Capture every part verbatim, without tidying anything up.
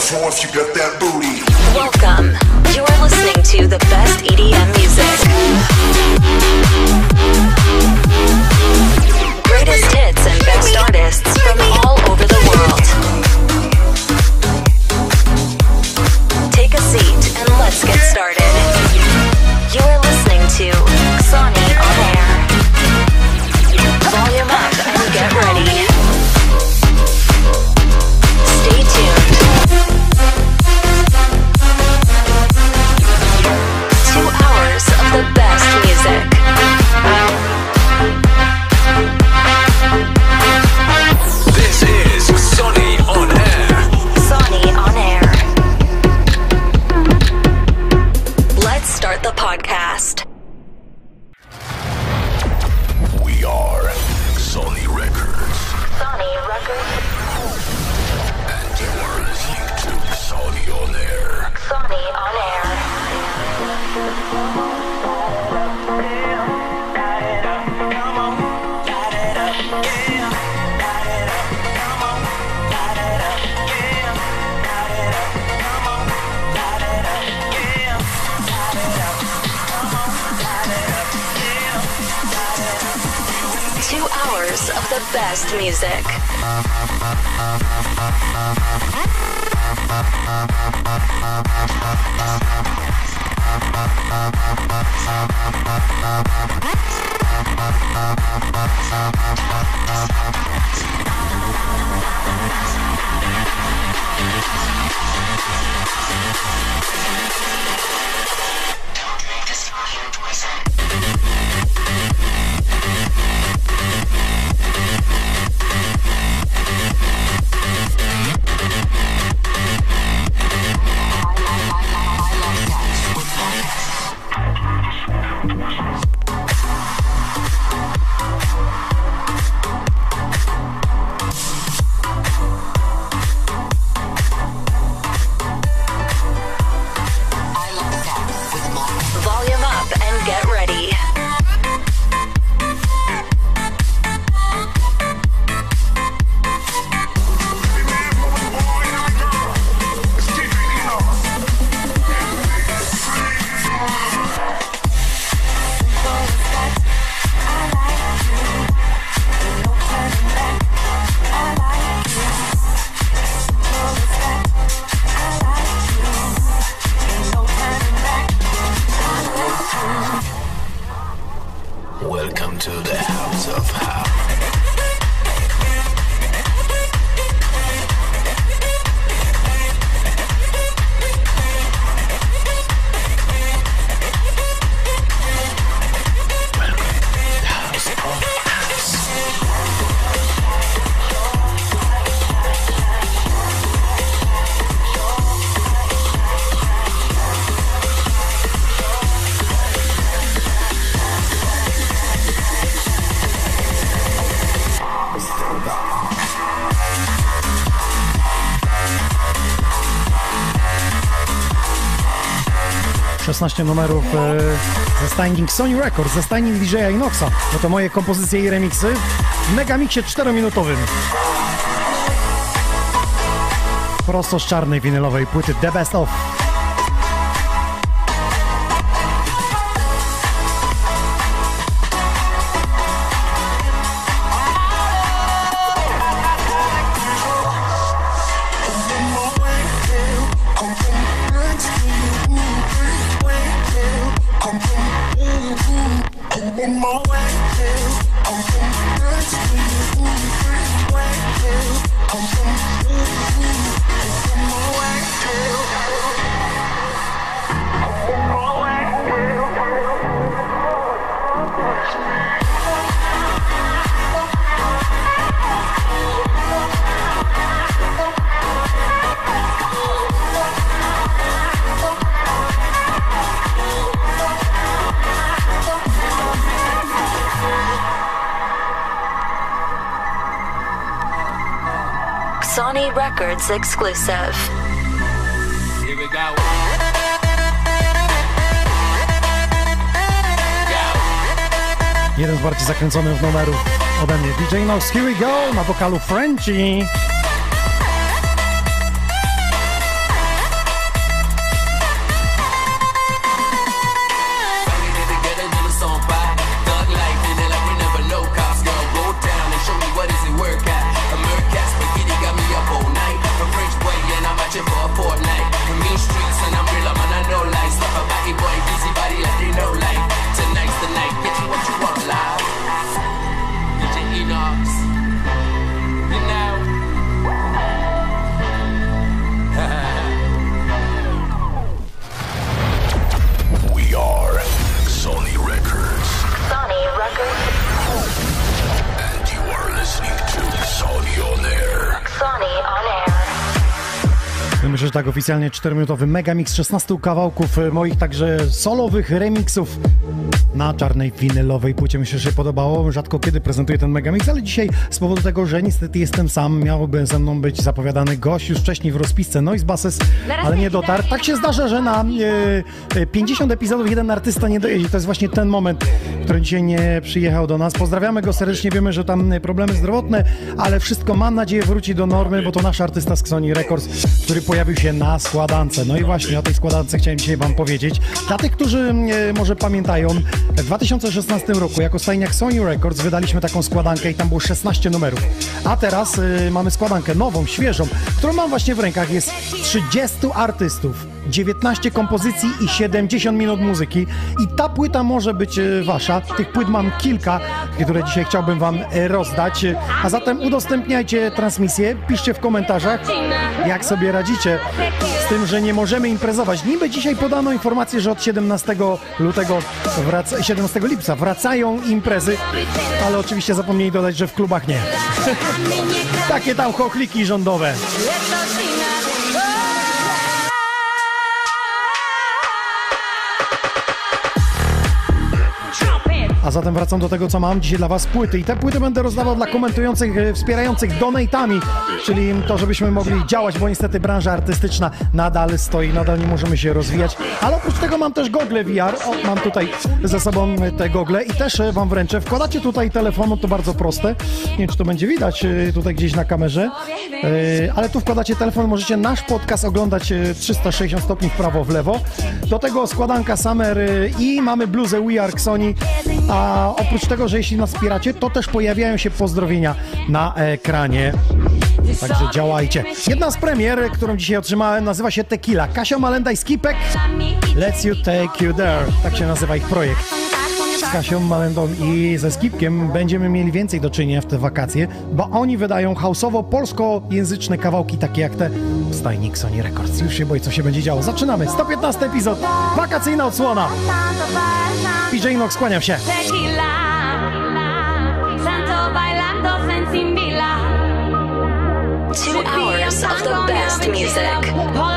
for if you got that booty. Welcome. You are listening to the best E D M music. Greatest hits and best artists from all over the world. Take a seat and let's get started. You are listening to Xoni On Air. Volume up and get ready. Stay tuned. Two hours of the best music. This is Xoni On Air. Xoni On Air. Let's start the podcast. We are Xoni Records. Xoni Records. And you are listening to Xoni On Air. Xoni On Air. Two hours of the best music. Don't make this volume poison. Volume up and get ready. Welcome to the House of House. szesnaście numerów e, ze stajni Xoni Records, ze stajni D J Inoxa. No to moje kompozycje i remixy w megamiksie czterominutowym. Prosto z czarnej winylowej płyty The Best Of. Xoni Records exclusive. Here we go. Jeden z bardziej zakręconych numerów ode mnie. D J Nox, Here We Go na wokalu Frenchie. Myślę, że tak oficjalnie czterominutowy megamix, szesnaście kawałków moich także solowych remixów na czarnej winylowej płycie. Myślę, że się podobało. Rzadko kiedy prezentuję ten megamix, ale dzisiaj z powodu tego, że niestety jestem sam, miałby ze mną być zapowiadany gość już wcześniej w rozpisce Noise Basses, ale nie dotarł. Tak się zdarza, że na e, pięćdziesiąt epizodów jeden artysta nie dojedzie. To jest właśnie ten moment, który dzisiaj nie przyjechał do nas. Pozdrawiamy go serdecznie. Wiemy, że tam problemy zdrowotne, ale wszystko, mam nadzieję, wróci do normy, bo to nasz artysta z Sony Records, który pojawił się na składance. No i właśnie o tej składance chciałem dzisiaj wam powiedzieć. Dla tych, którzy e, może pamiętają, w dwa tysiące szesnastym roku jako stajniak Sony Records wydaliśmy taką składankę i tam było szesnaście numerów. A teraz y, mamy składankę nową, świeżą, którą mam właśnie w rękach. Jest trzydziestu artystów, dziewiętnaście kompozycji i siedemdziesiąt minut muzyki. I ta płyta może być y, wasza. Tych płyt mam kilka, które dzisiaj chciałbym wam y, rozdać. A zatem udostępniajcie transmisję, piszcie w komentarzach, jak sobie radzicie z tym, że nie możemy imprezować. Niby dzisiaj podano informację, że od siedemnastego lutego, wraca, siedemnastego lipca wracają imprezy, ale oczywiście zapomnieli dodać, że w klubach nie. Takie tam chochliki rządowe. A zatem wracam do tego, co mam dzisiaj dla was płyty. I te płyty będę rozdawał dla komentujących, wspierających donatami, czyli to, żebyśmy mogli działać, bo niestety branża artystyczna nadal stoi, nadal nie możemy się rozwijać. Ale oprócz tego mam też gogle V R. O, mam tutaj ze sobą te gogle i też wam wręczę. Wkładacie tutaj telefonu, to bardzo proste. Nie wiem, czy to będzie widać tutaj gdzieś na kamerze, ale tu wkładacie telefon, możecie nasz podcast oglądać trzysta sześćdziesiąt stopni w prawo, w lewo. Do tego składanka Summer i mamy bluzę We Are Sony. A oprócz tego, że jeśli nas wspieracie, to też pojawiają się pozdrowienia na ekranie. Także działajcie. Jedna z premier, którą dzisiaj otrzymałem, nazywa się Tequila. Kasia Malenda i Skipek. Let's You Take You There. Tak się nazywa ich projekt. Z Kasią Malendą i ze Skipkiem będziemy mieli więcej do czynienia w te wakacje, bo oni wydają house'owo-polskojęzyczne kawałki, takie jak te w stajnik Sony Records. Już się boję, co się będzie działo. Zaczynamy. sto piętnasty epizod. Wakacyjna odsłona. D J Inox, kłaniam się. Two hours of the best music.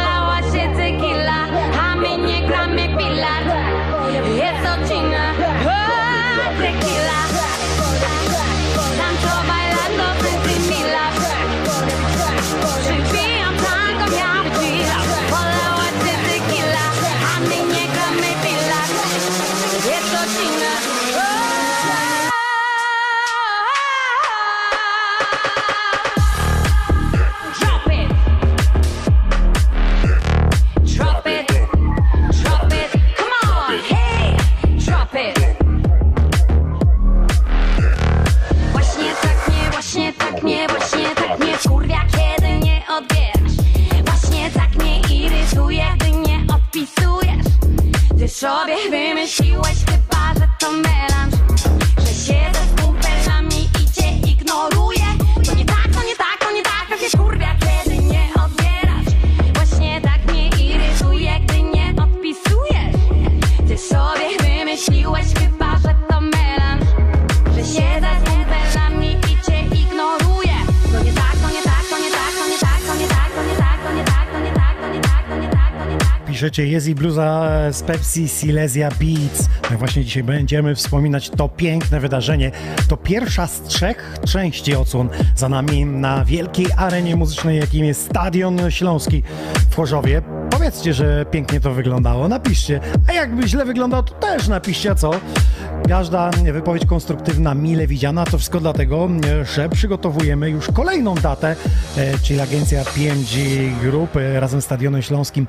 Sobie wymyśliłeś chyba, że to melanż, że siedzę z kumpelami i cię ignoruję. To nie tak, to nie tak, to nie tak, to się kurwia, kiedy nie odbierasz. Właśnie tak mnie irytuje, gdy nie odpisujesz. Ty sobie wymyśliłeś chyba, że to melanż, że siedzę z kumpelami i cię ignoruję. To nie tak, to nie tak, to nie tak, to nie tak, to nie tak, to nie tak, to nie tak, to nie tak, to nie tak, to nie tak, to nie tak. Piszecie Jest i bluza z Pepsi Silesia Beats. No właśnie dzisiaj będziemy wspominać to piękne wydarzenie. To pierwsza z trzech części odsłon za nami na wielkiej arenie muzycznej, jakim jest Stadion Śląski w Chorzowie. Powiedzcie, że pięknie to wyglądało. Napiszcie. A jakby źle wyglądało, to też napiszcie, a co? Każda wypowiedź konstruktywna, mile widziana. To wszystko dlatego, że przygotowujemy już kolejną datę, czyli agencja P M G Group razem z Stadionem Śląskim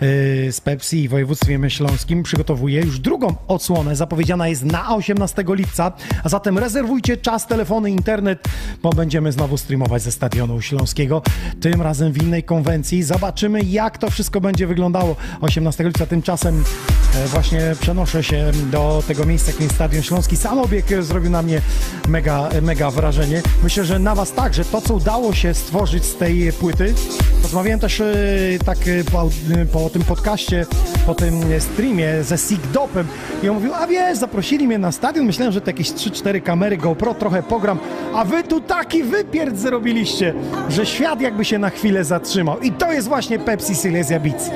z Pepsi i województwem śląskim przygotowuje już drugą odsłonę. Zapowiedziana jest na osiemnastego lipca, a zatem rezerwujcie czas, telefony, internet, bo będziemy znowu streamować ze Stadionu Śląskiego. Tym razem w innej konwencji. Zobaczymy, jak to wszystko będzie wyglądało osiemnastego lipca. Tymczasem właśnie przenoszę się do tego miejsca, jakim jest Stadion Śląski. Sam obieg zrobił na mnie mega, mega wrażenie. Myślę, że na was także. To, co udało się stworzyć z tej płyty. Rozmawiałem też tak po, po tym podcaście, po tym streamie ze Sigdopem i on mówił, a wiesz, zaprosili mnie na stadion, myślałem, że to jakieś trzy cztery kamery, GoPro, trochę pogram, a wy tu taki wypierd zrobiliście, że świat jakby się na chwilę zatrzymał. I to jest właśnie Pepsi Silesia Beats.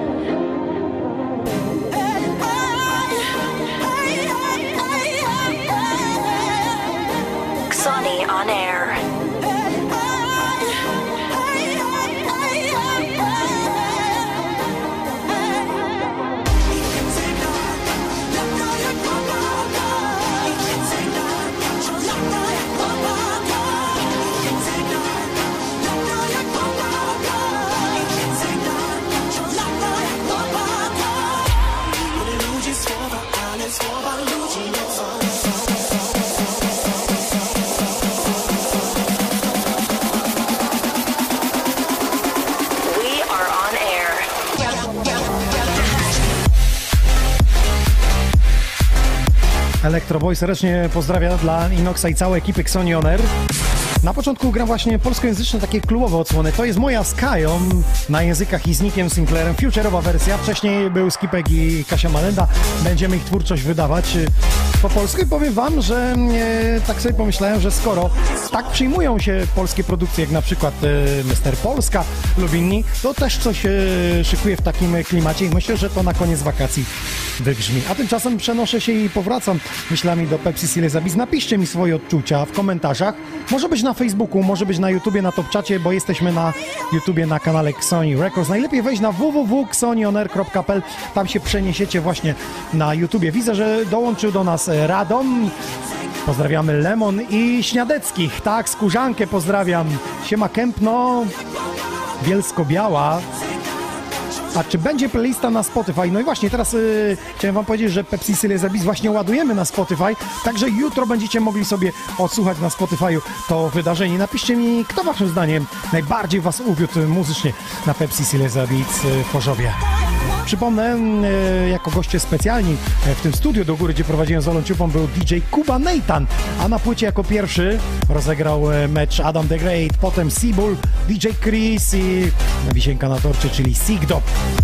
Xoni on air. Electroboy serdecznie pozdrawia dla Inoxa i całej ekipy Xoni On Air. Na początku gram właśnie polskojęzyczne takie klubowe odsłony. To jest moja z Kają na językach i z Nickiem Sinclairem. Future'owa wersja. Wcześniej był Skipek i Kasia Malenda. Będziemy ich twórczość wydawać po polsku i powiem wam, że e, tak sobie pomyślałem, że skoro tak przyjmują się polskie produkcje, jak na przykład e, mister Polska lub inni, to też coś e, szykuje w takim klimacie i myślę, że to na koniec wakacji wybrzmi. A tymczasem przenoszę się i powracam myślami do Pepsi Silesia Beats. Napiszcie mi swoje odczucia w komentarzach. Może być na Facebooku, może być na YouTubie, na Topczacie, bo jesteśmy na YouTubie na kanale Xoni Records. Najlepiej wejść na w w w kropka xoni on air kropka p l. Tam się przeniesiecie właśnie na YouTubie. Widzę, że dołączył do nas Radom. Pozdrawiamy Lemon i Śniadeckich. Tak, Skórzankę pozdrawiam. Siema Kępno, Bielsko-Biała. A czy będzie playlista na Spotify? No i właśnie teraz yy, chciałem wam powiedzieć, że Pepsi Silesia Beats właśnie ładujemy na Spotify, także jutro będziecie mogli sobie odsłuchać na Spotify'u to wydarzenie. Napiszcie mi, kto waszym zdaniem najbardziej was uwiódł muzycznie na Pepsi Silesia Beats w Chorzowie. Przypomnę, yy, jako goście specjalni w tym studiu do góry, gdzie prowadziłem z Olą Ciupą, był D J Kuba Nathan, a na płycie jako pierwszy rozegrał mecz Adam the Great, potem Seabull, D J Chris i wisienka na torcie, czyli Sigdop.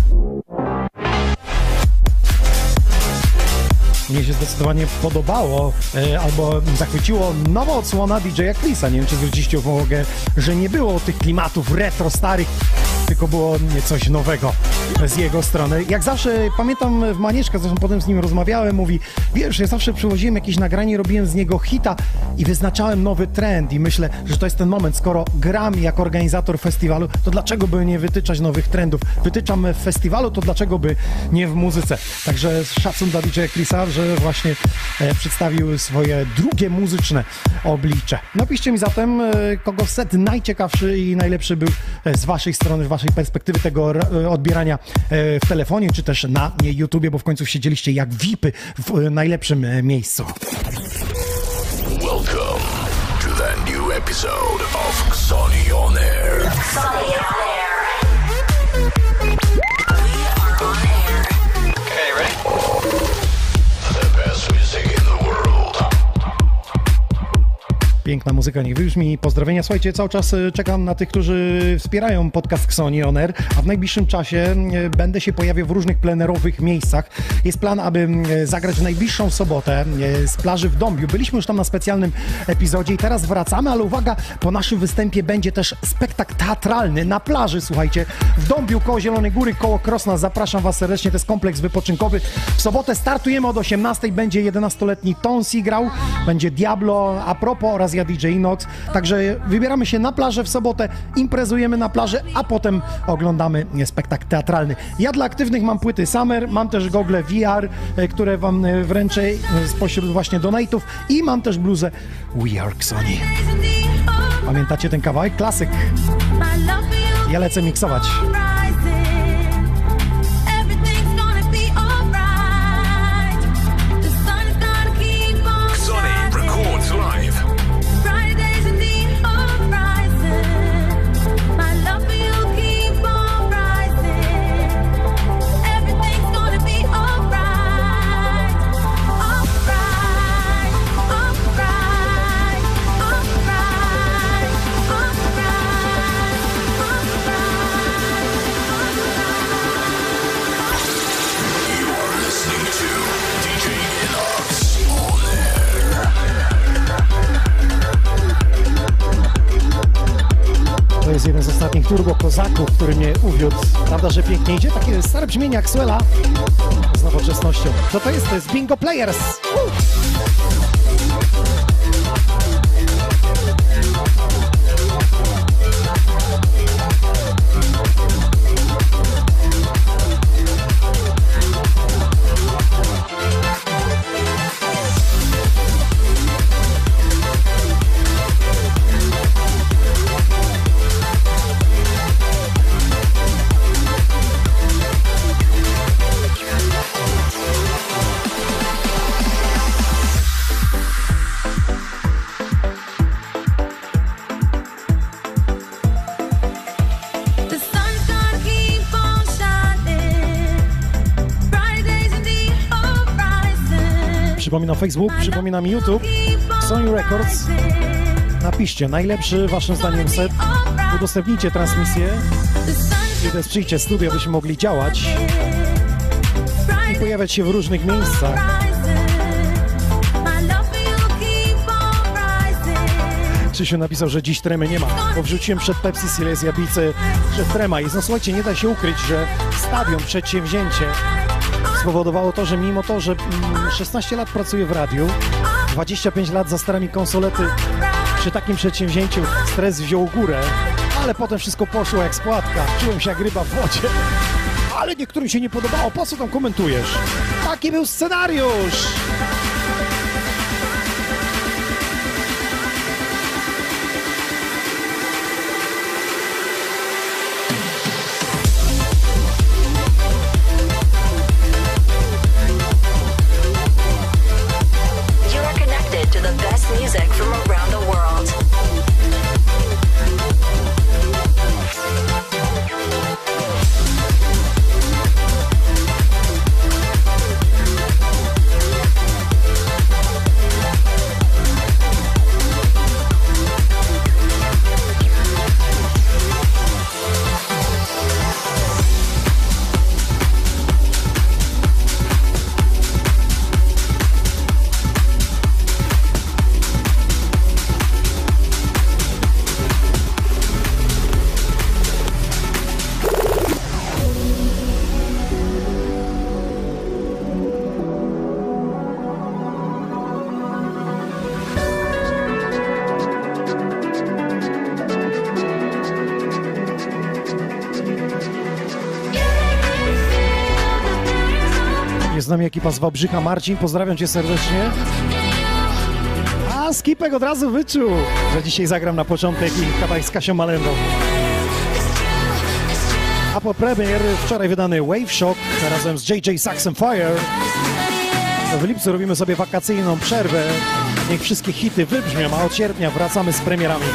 Mnie się zdecydowanie podobało e, albo zachwyciło nowa odsłona D J Chrisa. Nie wiem, czy zwróciliście uwagę, że nie było tych klimatów retro starych, tylko było coś nowego z jego strony. Jak zawsze pamiętam w Manieczka, zresztą potem z nim rozmawiałem, mówi, wiesz, ja zawsze przywoziłem jakieś nagranie, robiłem z niego hita i wyznaczałem nowy trend i myślę, że to jest ten moment, skoro gram jako organizator festiwalu, to dlaczego by nie wytyczać nowych trendów? Wytyczam w festiwalu, to dlaczego by nie w muzyce? Także szacun dla D J Chrisa, że właśnie e, przedstawił swoje drugie muzyczne oblicze. Napiszcie mi zatem, e, kogo set najciekawszy i najlepszy był e, z waszej strony, z waszej perspektywy tego e, odbierania e, w telefonie, czy też na nie, YouTubie, bo w końcu siedzieliście jak V I P-y w e, najlepszym e, miejscu. Welcome to the new episode of Xoni On Air. Xoni on air. We are on air. Okay, ready? The best music in the world. Piękna muzyka, niech wybrzmi. Pozdrowienia. Słuchajcie, cały czas czekam na tych, którzy wspierają podcast Xoni On Air, a w najbliższym czasie będę się pojawiał w różnych plenerowych miejscach. Jest plan, aby zagrać w najbliższą sobotę z plaży w Dąbiu. Byliśmy już tam na specjalnym epizodzie i teraz wracamy, ale uwaga, po naszym występie będzie też spektakl teatralny na plaży, słuchajcie, w Dąbiu koło Zielonej Góry, koło Krosna. Zapraszam was serdecznie, to jest kompleks wypoczynkowy. W sobotę startujemy od osiemnastej, będzie jedenastoletni Tonsi grał, będzie Diablo, a propos oraz ja D J Inox, także wybieramy się na plażę w sobotę, imprezujemy na plaży, a potem oglądamy spektakl teatralny. Ja dla aktywnych mam płyty Summer, mam też gogle V R, które wam wręczę spośród właśnie donate'ów i mam też bluzę We Are Xoni. Pamiętacie ten kawałek? Klasyk. Ja lecę miksować. Alright. turbo kozaku, który mnie uwiódł. Prawda, że pięknie idzie? Takie stare brzmienie Axwella z nowoczesnością. Co to jest? To jest Bingo Players! Uh! Przypominam Facebook, przypominam YouTube, Sony Records. Napiszcie najlepszy waszym zdaniem set, udostępnijcie transmisję i wesprzyjcie studio, byśmy mogli działać i pojawiać się w różnych miejscach. Krzysiu napisał, że dziś tremy nie ma, bo wrzuciłem przed Pepsi Silesia Bicy, że trema jest. No słuchajcie, nie da się ukryć, że stadion, przedsięwzięcie spowodowało to, że mimo to, że szesnaście lat pracuję w radiu, dwadzieścia pięć lat za starami konsolety, przy takim przedsięwzięciu stres wziął górę, ale potem wszystko poszło jak z płatka. Czułem się jak ryba w wodzie. Ale niektórym się nie podobało. Po co tam komentujesz? Taki był scenariusz! Music from around the world. Jest z nami ekipa z Wałbrzycha. Marcin, pozdrawiam cię serdecznie. A Skipek od razu wyczuł, że dzisiaj zagram na początek i kawałek z Kasią Malendą. A po premier wczoraj wydany Wave Shock razem z J J Saxon Fire. W lipcu robimy sobie wakacyjną przerwę. Niech wszystkie hity wybrzmią, a od sierpnia wracamy z premierami.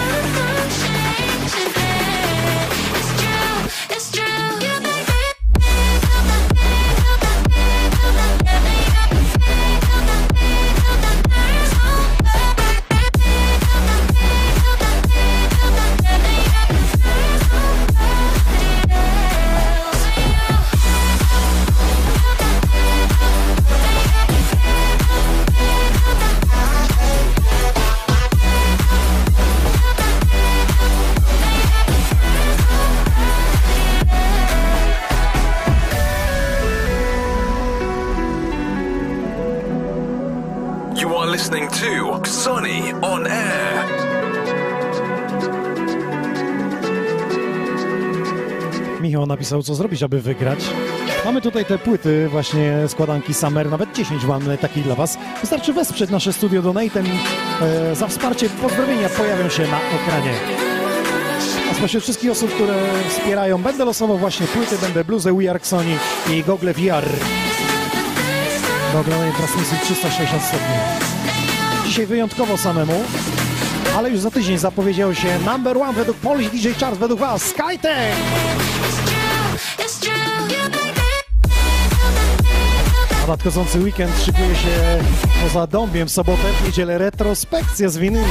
Listening to Sony on Air. Michał napisał, co zrobić, aby wygrać. Mamy tutaj te płyty, właśnie składanki Summer, nawet dziesięć mam takich dla was. Wystarczy wesprzeć nasze studio donatem. E, za wsparcie pozdrowienia pojawią się na ekranie. A spośród wszystkich osób, które wspierają, będę losował właśnie płyty, będę bluzę We Are Sony i gogle V R. Do oglądania transmisji trzysta sześćdziesiąt stopni. Dzisiaj wyjątkowo samemu, ale już za tydzień zapowiedział się number one według Polish D J Charts, według was Skytech! A nadchodzący weekend szykuje się poza Dąbiem w sobotę, w niedzielę retrospekcja z winyli.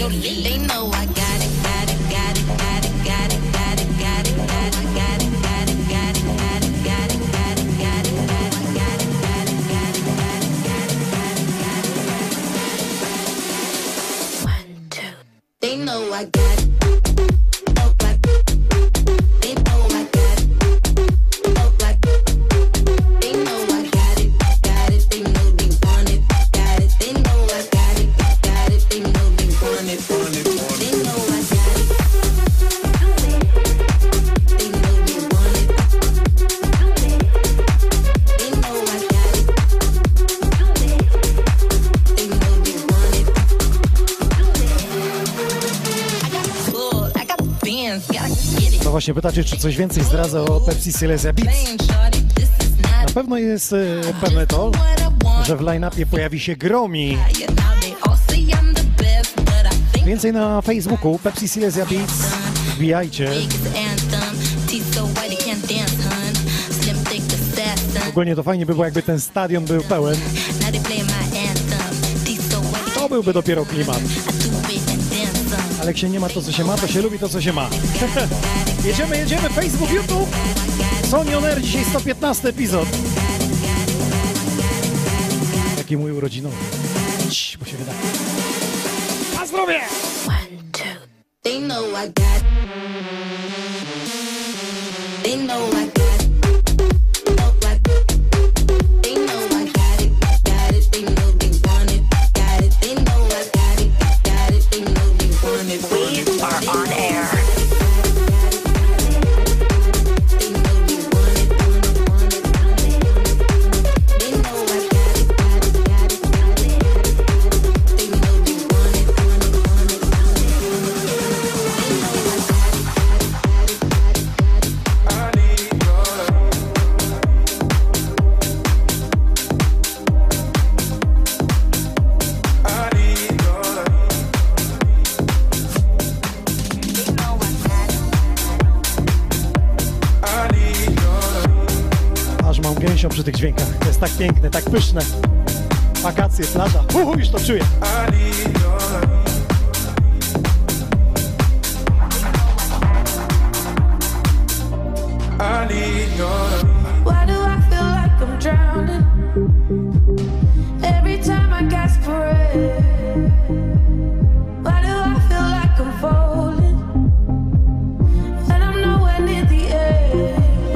your lead. They know I got it, got it, got it, got it, got it, got it, got it, got it, got it, got it, got it, got it, got it, got it, got it, got it, got it, got it, got it, got it. One, two. They know I got it. No właśnie, pytacie, czy coś więcej zdradza o Pepsi Silesia Beats? Na pewno jest e, pewne to, że w line-upie pojawi się Gromi. Więcej na Facebooku Pepsi Silesia Beats. Wbijajcie. Ogólnie to fajnie by było, jakby ten stadion był pełen. To byłby dopiero klimat. Ale jak się nie ma to, co się ma, to się lubi to, co się ma. Jedziemy, jedziemy, Facebook, YouTube. Sony On Air, dzisiaj sto piętnasty epizod. Taki mój urodzinowy. Cii, bo się wydaje. Na zdrowie! One, two. They know I got it. They know I got it. We are on air. Przy tych dźwiękach. To jest tak piękne, tak pyszne. Wakacje, plaża. Uhu, już to czuję. Why do I feel like I'm drowning? Every time I gasp for air. Why do I feel like I'm falling? And I'm nowhere near the edge.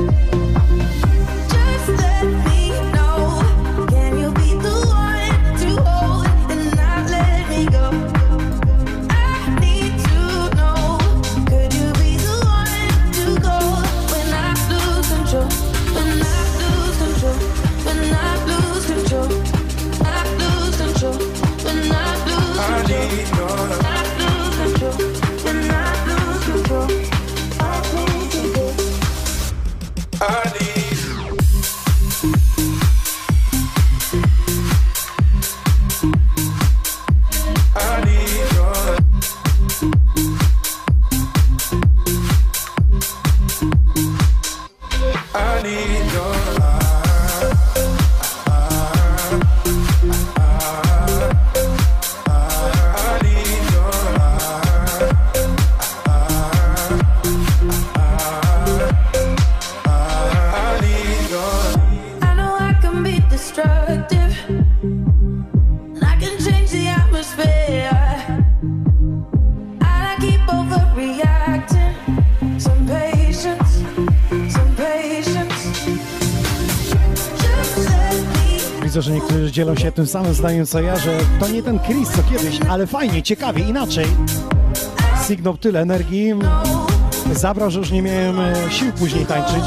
Że niektórzy dzielą się tym samym zdaniem co ja, że to nie ten Chris co kiedyś, ale fajnie, ciekawie, inaczej. Sygnał tyle energii zabrał, że już nie miałem sił później tańczyć.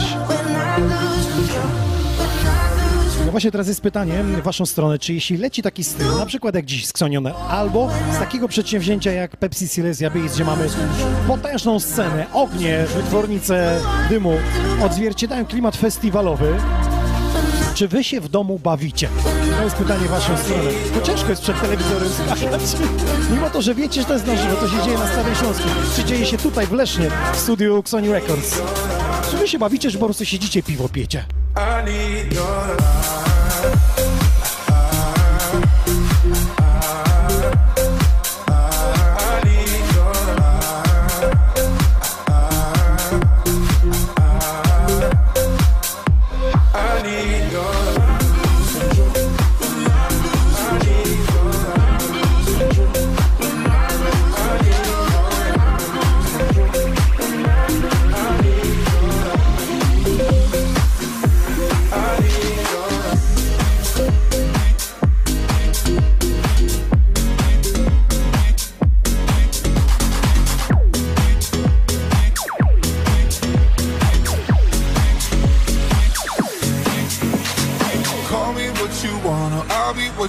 No właśnie teraz jest pytanie w waszą stronę, czy jeśli leci taki styl, na przykład jak dziś skrzonione, albo z takiego przedsięwzięcia jak Pepsi Silesia Beats, gdzie mamy potężną scenę, ognie, wytwornice dymu, odzwierciedlają klimat festiwalowy, czy wy się w domu bawicie? To jest pytanie w waszą stronę. To ciężko jest przed telewizorem skakać. Mimo to, że wiecie, że to jest na żywo, to się dzieje na Stawie Śląskim. Czy dzieje się tutaj w Lesznie, w studiu Sony Records. Czy wy się bawicie, że po prostu siedzicie, piwo pijecie? I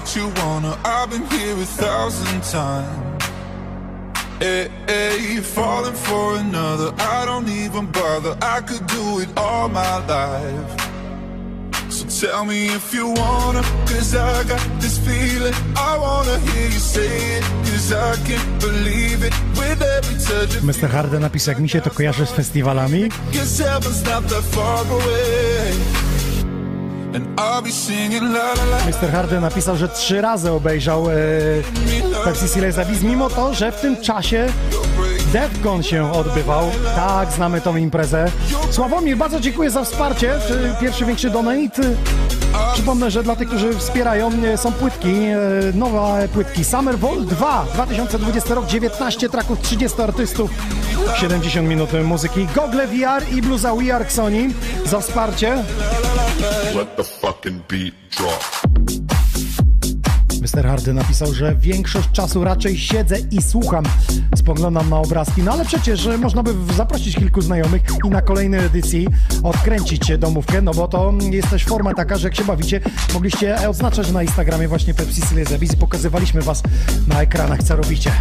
what you wanna. I've been here a thousand times. Hey, hey, you're falling for another. I don't even bother. I could do it all my life. So tell me if you wanna, cause I got this feeling. I wanna hear you say it, cause I can't believe it. With every touch of mister Harden napisał, jak mi się to kojarzy z festiwalami. Cause heaven's not that far away. And I'll be singing la la la. mister Harden napisał, że trzy razy obejrzał e, Pepsi Silesia Bis, mimo to, że w tym czasie Defcon się odbywał. Tak, znamy tą imprezę. Sławomir, bardzo dziękuję za wsparcie. Pierwszy większy donate. Przypomnę, że dla tych, którzy wspierają, są płytki, nowe płytki Summer Vol dwa, dwa tysiące dwudziesty rok, dziewiętnaście traków, trzydziestu artystów, siedemdziesiąt minut muzyki. Google V R i Bluza We Are Sony za wsparcie. Let the fucking beat drop. mister Hardy napisał, że większość czasu raczej siedzę i słucham, spoglądam na obrazki, no ale przecież można by zaprosić kilku znajomych i na kolejnej edycji odkręcić domówkę, no bo to jest też forma taka, że jak się bawicie, mogliście odznaczać na Instagramie właśnie Pepsi Silesia Bis i pokazywaliśmy was na ekranach, co robicie.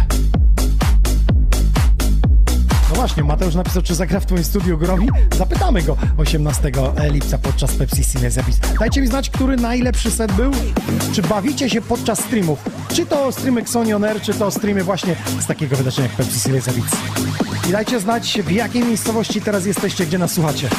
No właśnie, Mateusz napisał, czy zagra w twoim studiu Gromi? Zapytamy go osiemnastego lipca podczas Pepsi Silesia Bis. Dajcie mi znać, który najlepszy set był. Czy bawicie się podczas streamów? Czy to streamy Xoni On Air, czy to streamy właśnie z takiego wydarzenia jak Pepsi Silesia Bis. I dajcie znać, w jakiej miejscowości teraz jesteście, gdzie nas słuchacie.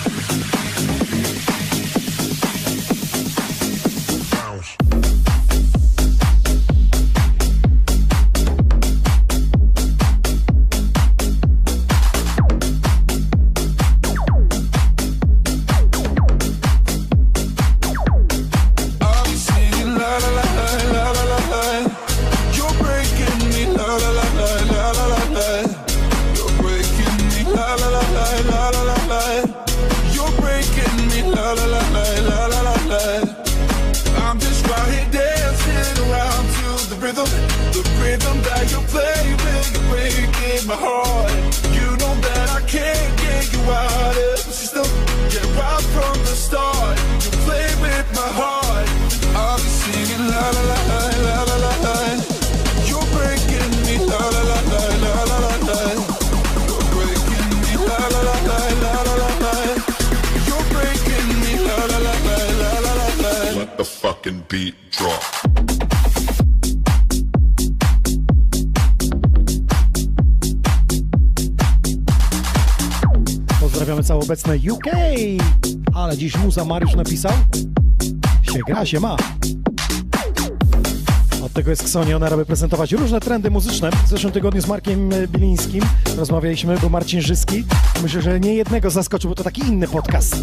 Let the fucking beat drop. Pozdrawiamy całe obecne U K, ale dziś muza Mariusz napisał, się gra, się ma. Od tego jest Xoni On Air, aby prezentować różne trendy muzyczne. W zeszłym tygodniu z Markiem Bilińskim rozmawialiśmy, był Marcin Żyski. Myślę, że nie jednego zaskoczył, bo to taki inny podcast.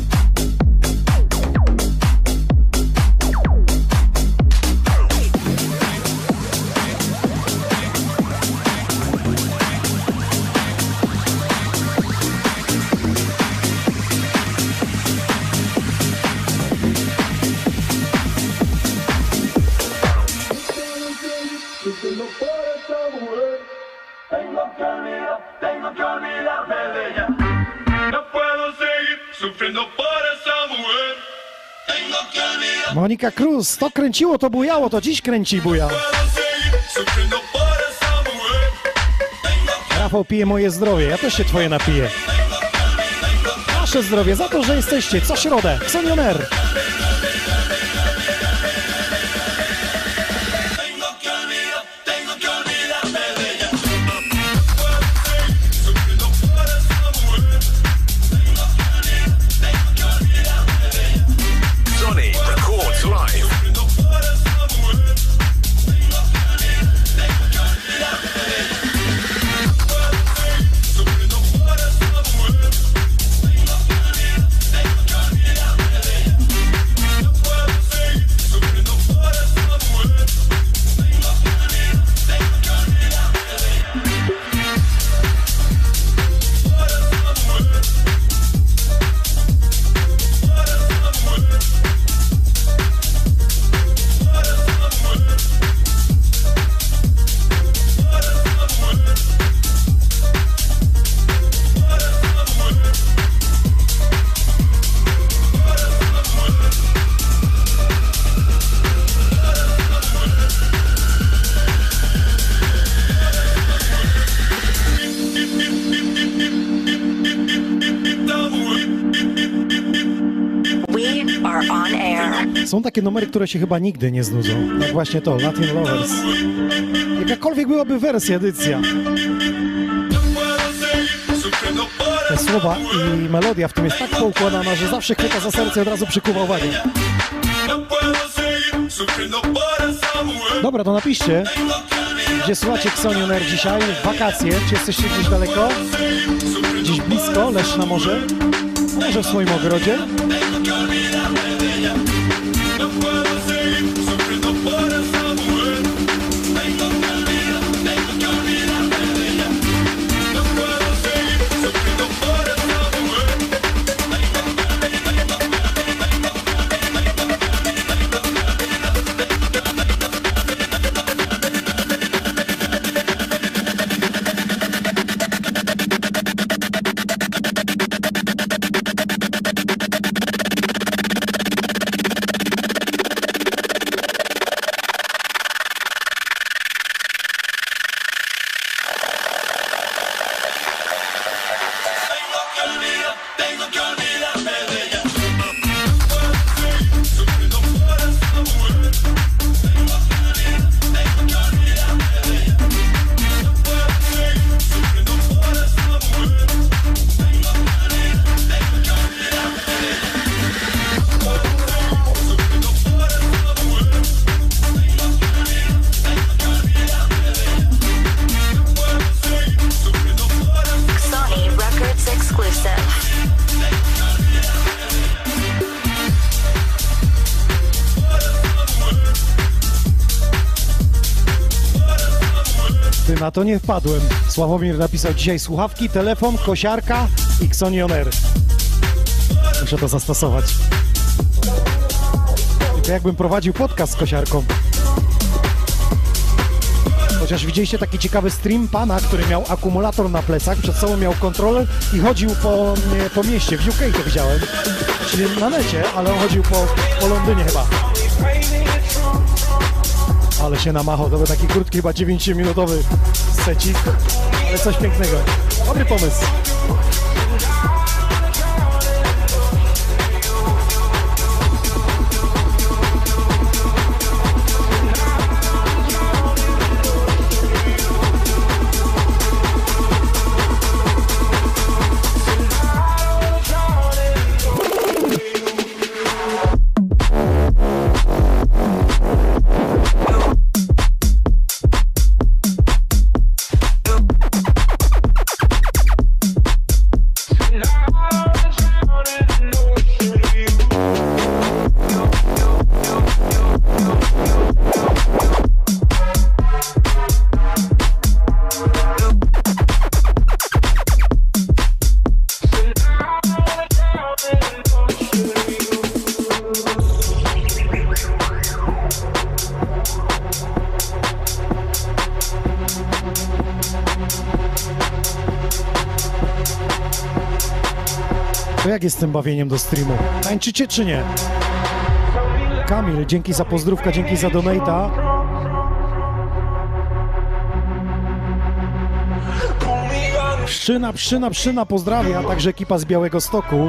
Monika Cruz, to kręciło, to bujało, to dziś kręci i buja. Rafał pije moje zdrowie, ja też się twoje napiję. Nasze zdrowie, za to, że jesteście co środę, Xoni On Air. Są takie numery, które się chyba nigdy nie znudzą, jak właśnie to, Latin Lovers. Jakakolwiek byłaby wersja, edycja. Te słowa i melodia w tym jest tak poukładana, że zawsze chwyta za serce i od razu przykuwa uwagę. Dobra, to napiszcie, gdzie słuchacie Xoni On Air dzisiaj, wakacje, czy jesteście gdzieś daleko, gdzieś blisko, Leszna może, a może w swoim ogrodzie. Na to nie wpadłem. Sławomir napisał dzisiaj słuchawki, telefon, kosiarka i Xoni On Air. Muszę to zastosować. Tylko jakbym prowadził podcast z kosiarką. Chociaż widzieliście taki ciekawy stream pana, który miał akumulator na plecach, przed sobą miał kontroler i chodził po, po mieście. W U K to widziałem. Czyli na necie, ale on chodził po, po Londynie chyba. Ale się namachał, to był taki krótki, chyba dziewięciominutowy secik, ale coś pięknego. Dobry pomysł. To jak jest z tym bawieniem do streamu? Tańczycie czy nie? Kamil, dzięki za pozdrówka, dzięki za donata. Pszczyna, pszczyna, pszczyna pozdrawia, także ekipa z Białegostoku.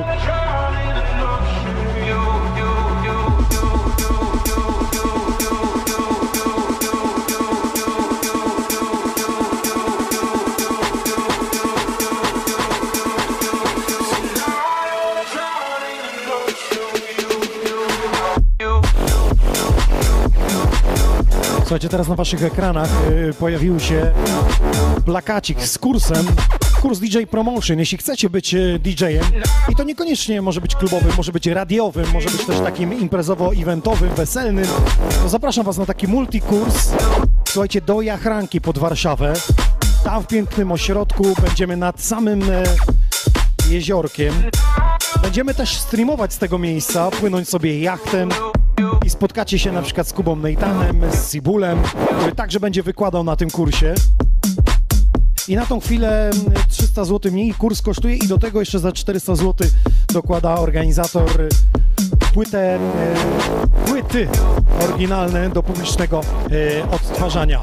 Słuchajcie, teraz na waszych ekranach y, pojawił się plakacik z kursem, kurs D J Promotion. Jeśli chcecie być y, D J-em, i to niekoniecznie może być klubowym, może być radiowym, może być też takim imprezowo-eventowym, weselnym, to zapraszam was na taki multikurs, słuchajcie, do Jachranki pod Warszawę. Tam w pięknym ośrodku będziemy nad samym y, jeziorkiem. Będziemy też streamować z tego miejsca, płynąć sobie jachtem. I spotkacie się na przykład z Kubą Neitanem, z Sibulem, który także będzie wykładał na tym kursie. I na tą chwilę trzysta złotych mniej kurs kosztuje i do tego jeszcze za czterysta złotych dokłada organizator płytę, płyty oryginalne do publicznego odtwarzania.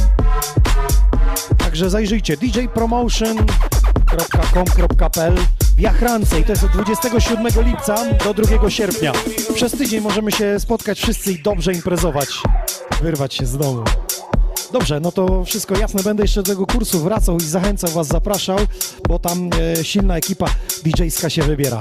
Także zajrzyjcie d j promotion kropka com kropka p l w Jachrance i to jest od dwudziestego siódmego lipca do drugiego sierpnia. Przez tydzień możemy się spotkać wszyscy i dobrze imprezować, wyrwać się z domu. Dobrze, no to wszystko jasne, będę jeszcze do tego kursu wracał i zachęcał was, zapraszał, bo tam e, silna ekipa didżejska się wybiera.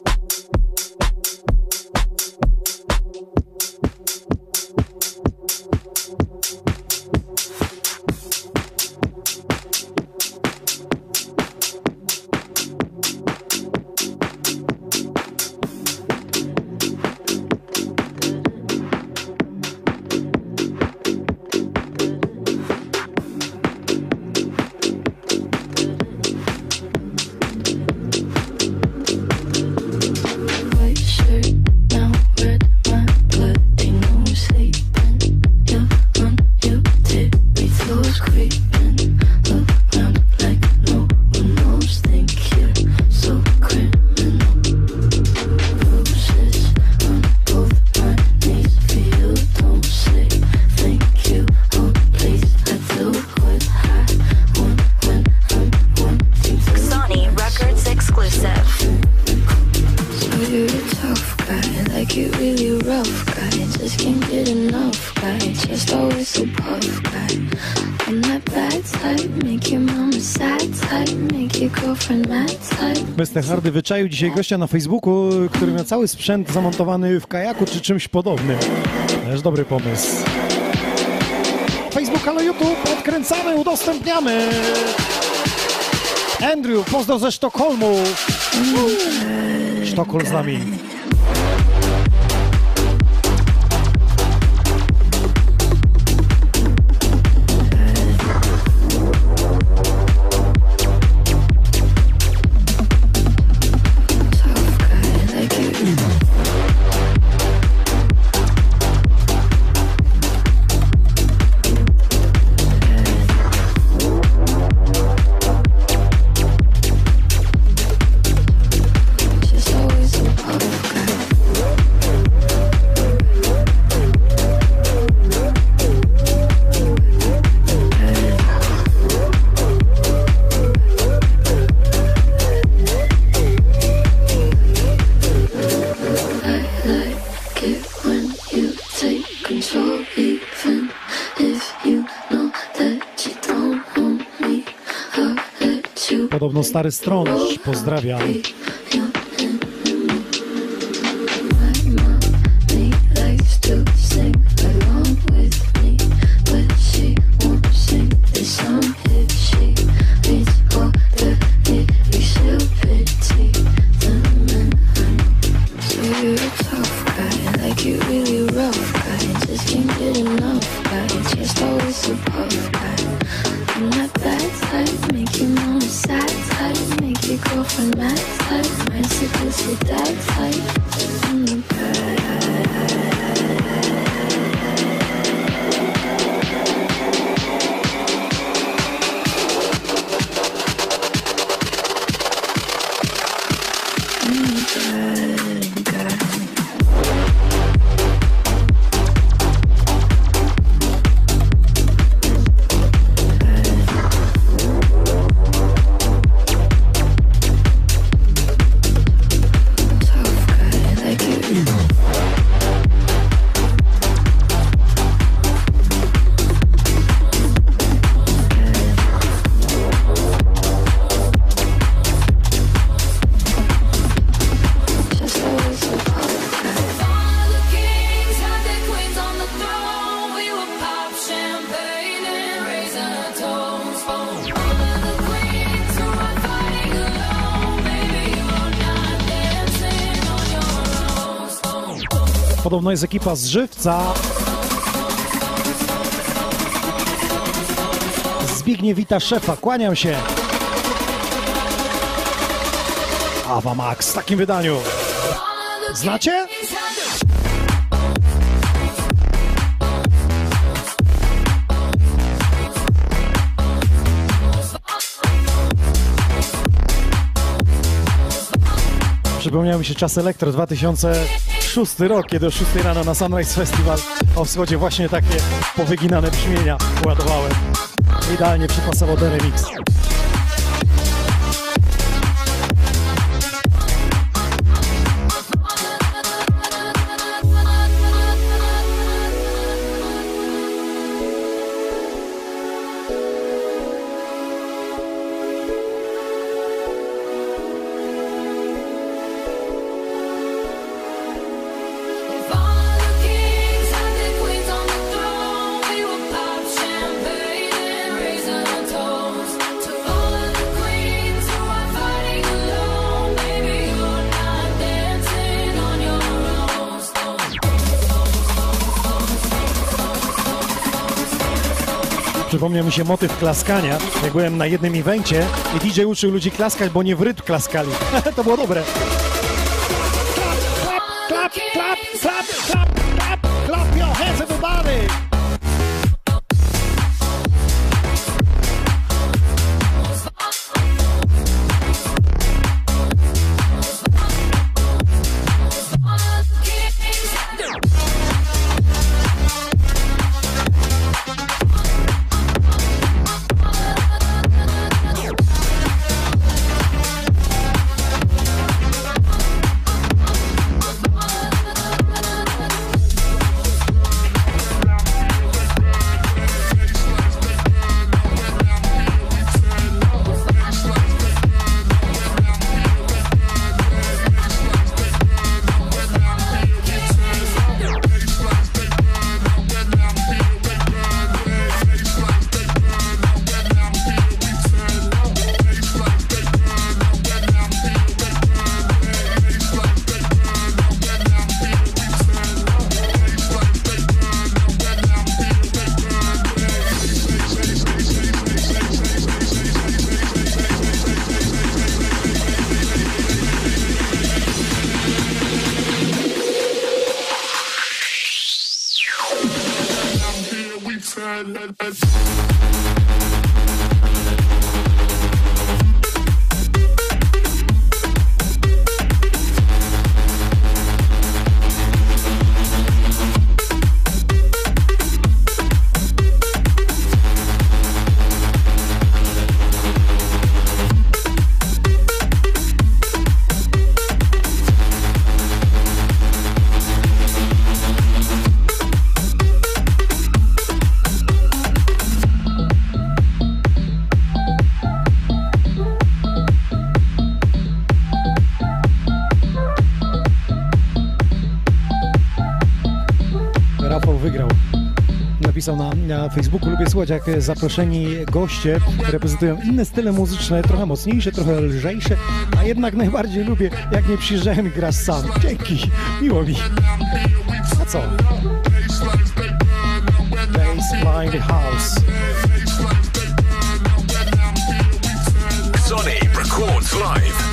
mister Hardy wyczaił dzisiaj gościa na Facebooku, który miał cały sprzęt zamontowany w kajaku czy czymś podobnym. Też dobry pomysł. Facebook, ale YouTube, odkręcamy, udostępniamy. Andrew, pozdrow ze Sztokholmu. Sztokholm z nami. Podobno stary strącz pozdrawia. Podobno jest ekipa z Żywca. Zbigniew wita szefa, kłaniam się. Ava Max w takim wydaniu. Znacie? Przypomniał mi się czas Elektro, dwa tysiące szósty rok, kiedy o szóstej rano na Sunrise Festival o wschodzie właśnie takie powyginane brzmienia ładowałem. Idealnie przypasował do remix. Przypomniał mi się motyw klaskania, jak byłem na jednym evencie i D J uczył ludzi klaskać, bo nie w rytm klaskali. To było dobre. Clap, clap, clap, clap, clap, clap your hands everybody! Napisał na, na Facebooku, lubię słuchać, jak zaproszeni goście reprezentują inne style muzyczne, trochę mocniejsze, trochę lżejsze, a jednak najbardziej lubię, jak nie przyjeżdżają i grasz sam. Dzięki, miło mi. A co? Bassline House. Sony records live.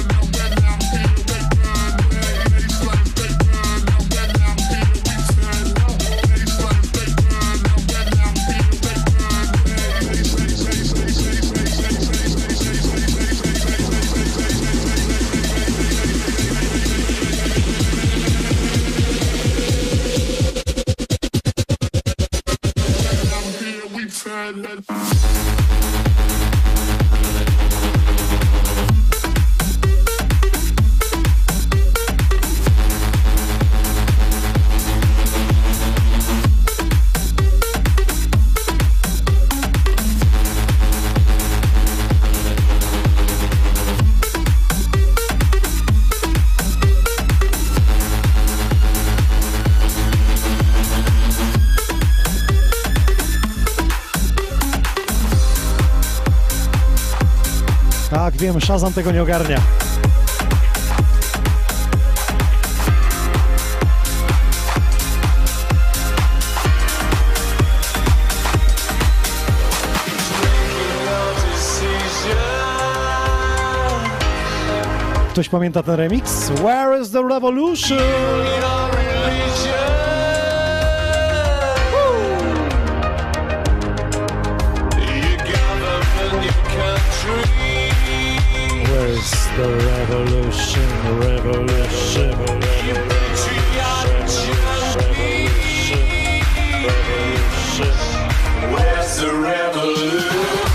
Tak, wiem, Shazam tego nie ogarnia. Ktoś pamięta ten remix? Where is the revolution? Where's the revolution, revolution, revolution, revolution, revolution. Where's the revolution?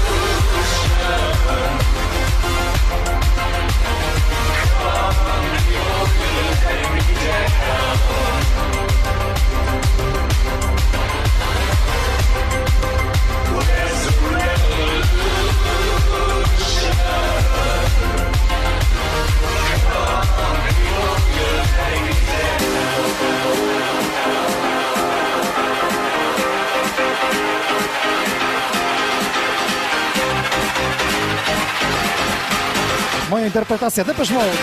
Moja interpretacja, Depeche Mode.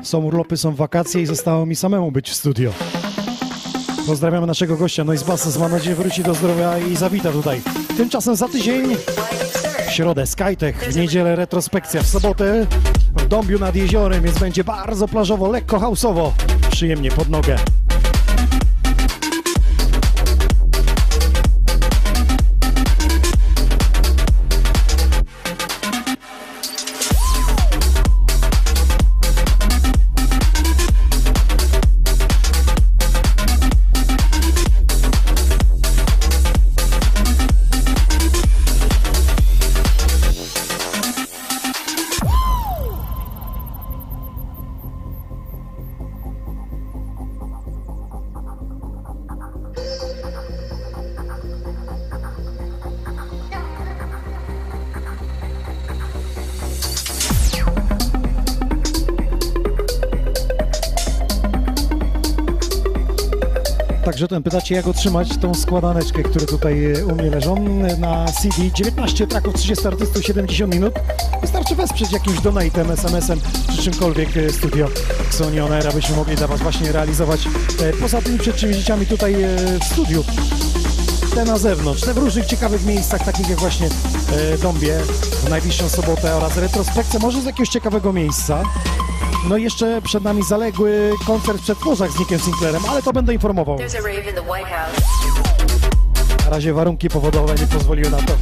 Są urlopy, są wakacje i zostało mi samemu być w studio. Pozdrawiamy naszego gościa Noisebuses. Mam nadzieję, wróci do zdrowia i zawita tutaj. Tymczasem za tydzień w środę Skytech, w niedzielę retrospekcja, w sobotę w Dąbiu nad jeziorem, więc będzie bardzo plażowo, lekko house'owo, przyjemnie pod nogę. Także ten pytacie, jak otrzymać tą składaneczkę, które tutaj u mnie leżą na C D. dziewiętnaście traków, trzydzieści artystów, siedemdziesiąt minut. Wystarczy wesprzeć jakimś donate'em, es em esem czy czymkolwiek studio Sony On Air, abyśmy mogli dla Was właśnie realizować poza tymi przedsięwzięciami tutaj w studiu. Te na zewnątrz, te w różnych ciekawych miejscach, takich jak właśnie Dąbie w najbliższą sobotę oraz retrospekcja może z jakiegoś ciekawego miejsca. No i jeszcze przed nami zaległy koncert w Przedmórzach z Nickiem Sinclairem, ale to będę informował. Na razie warunki powodowe nie pozwoliły na to.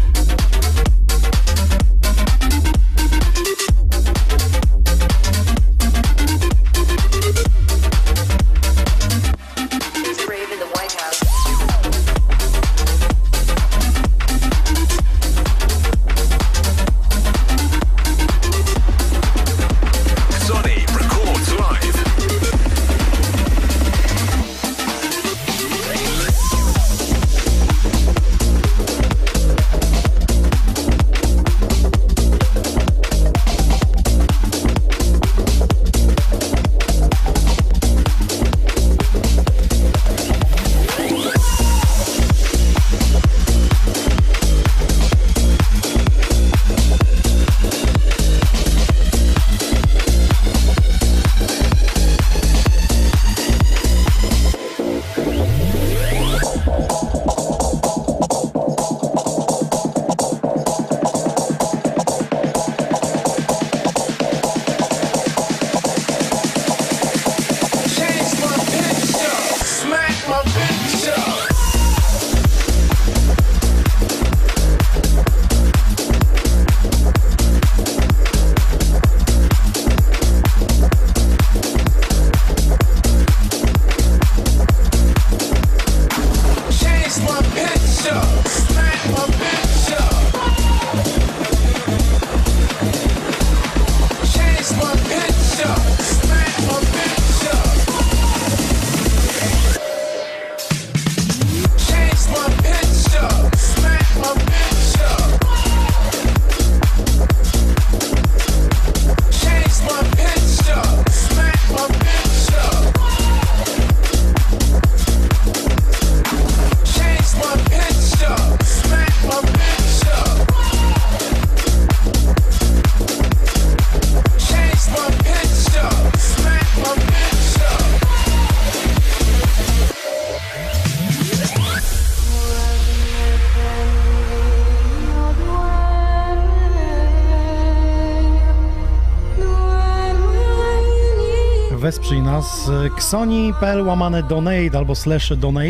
Wesprzyj nas ksoni kropka pe el łamane donate albo slash donate.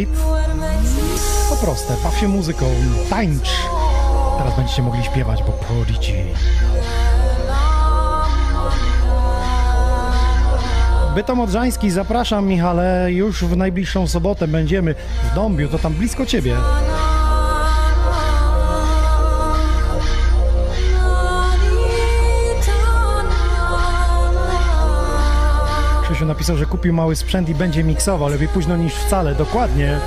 To proste, baw się muzyką, tańcz. Teraz będziecie mogli śpiewać, bo Prodigy. Bytom Odrzański, zapraszam Michale, już w najbliższą sobotę będziemy w Dąbiu, to tam blisko Ciebie. Krzysiu napisał, że kupił mały sprzęt i będzie miksował, lepiej późno niż wcale, dokładnie.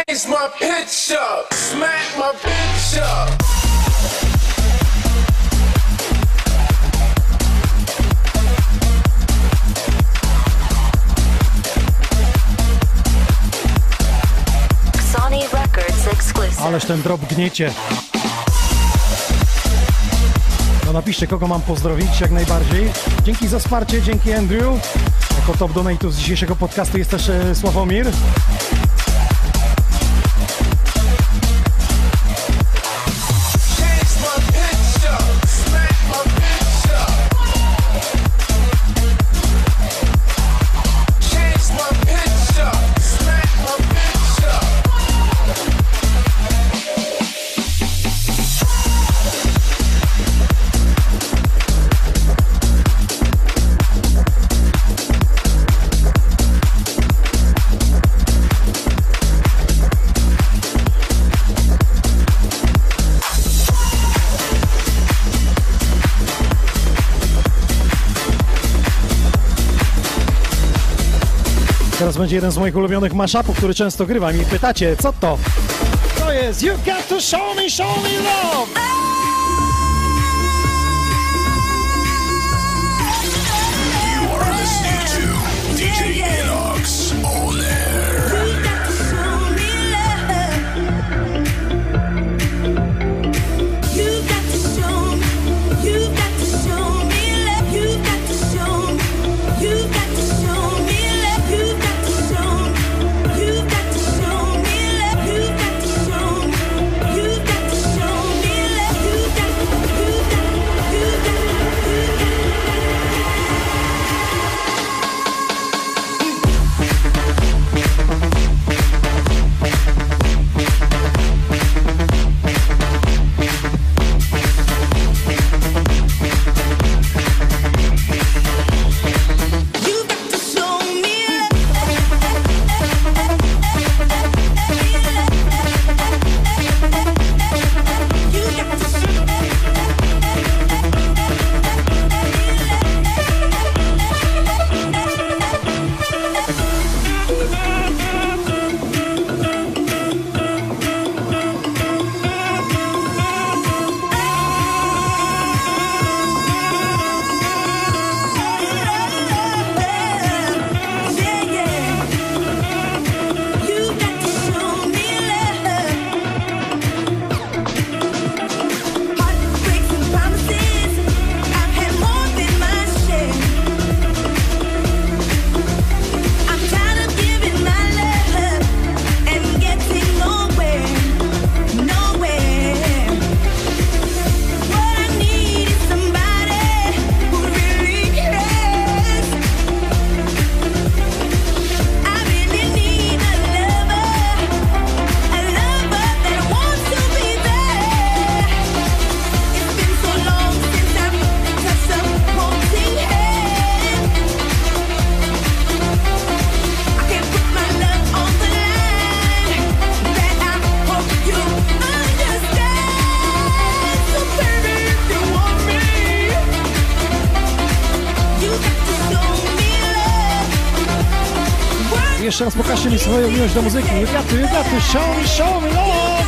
Change my pitch up, smack my bitch up. Sony Records exclusive. Ależ ten drop gniecie. No napiszcie, kogo mam pozdrowić jak najbardziej. Dzięki za wsparcie, dzięki Andrew. Jako top donate'u z dzisiejszego podcastu jest też e, Sławomir. Teraz będzie jeden z moich ulubionych mashupów, który często grywam i pytacie, co to? To jest You Got To Show Me, Show Me Love! You are listening to D J Inox on air. Jeszcze raz pokażcie mi swoją miłość do muzyki. You got to, you got to show me, show me love!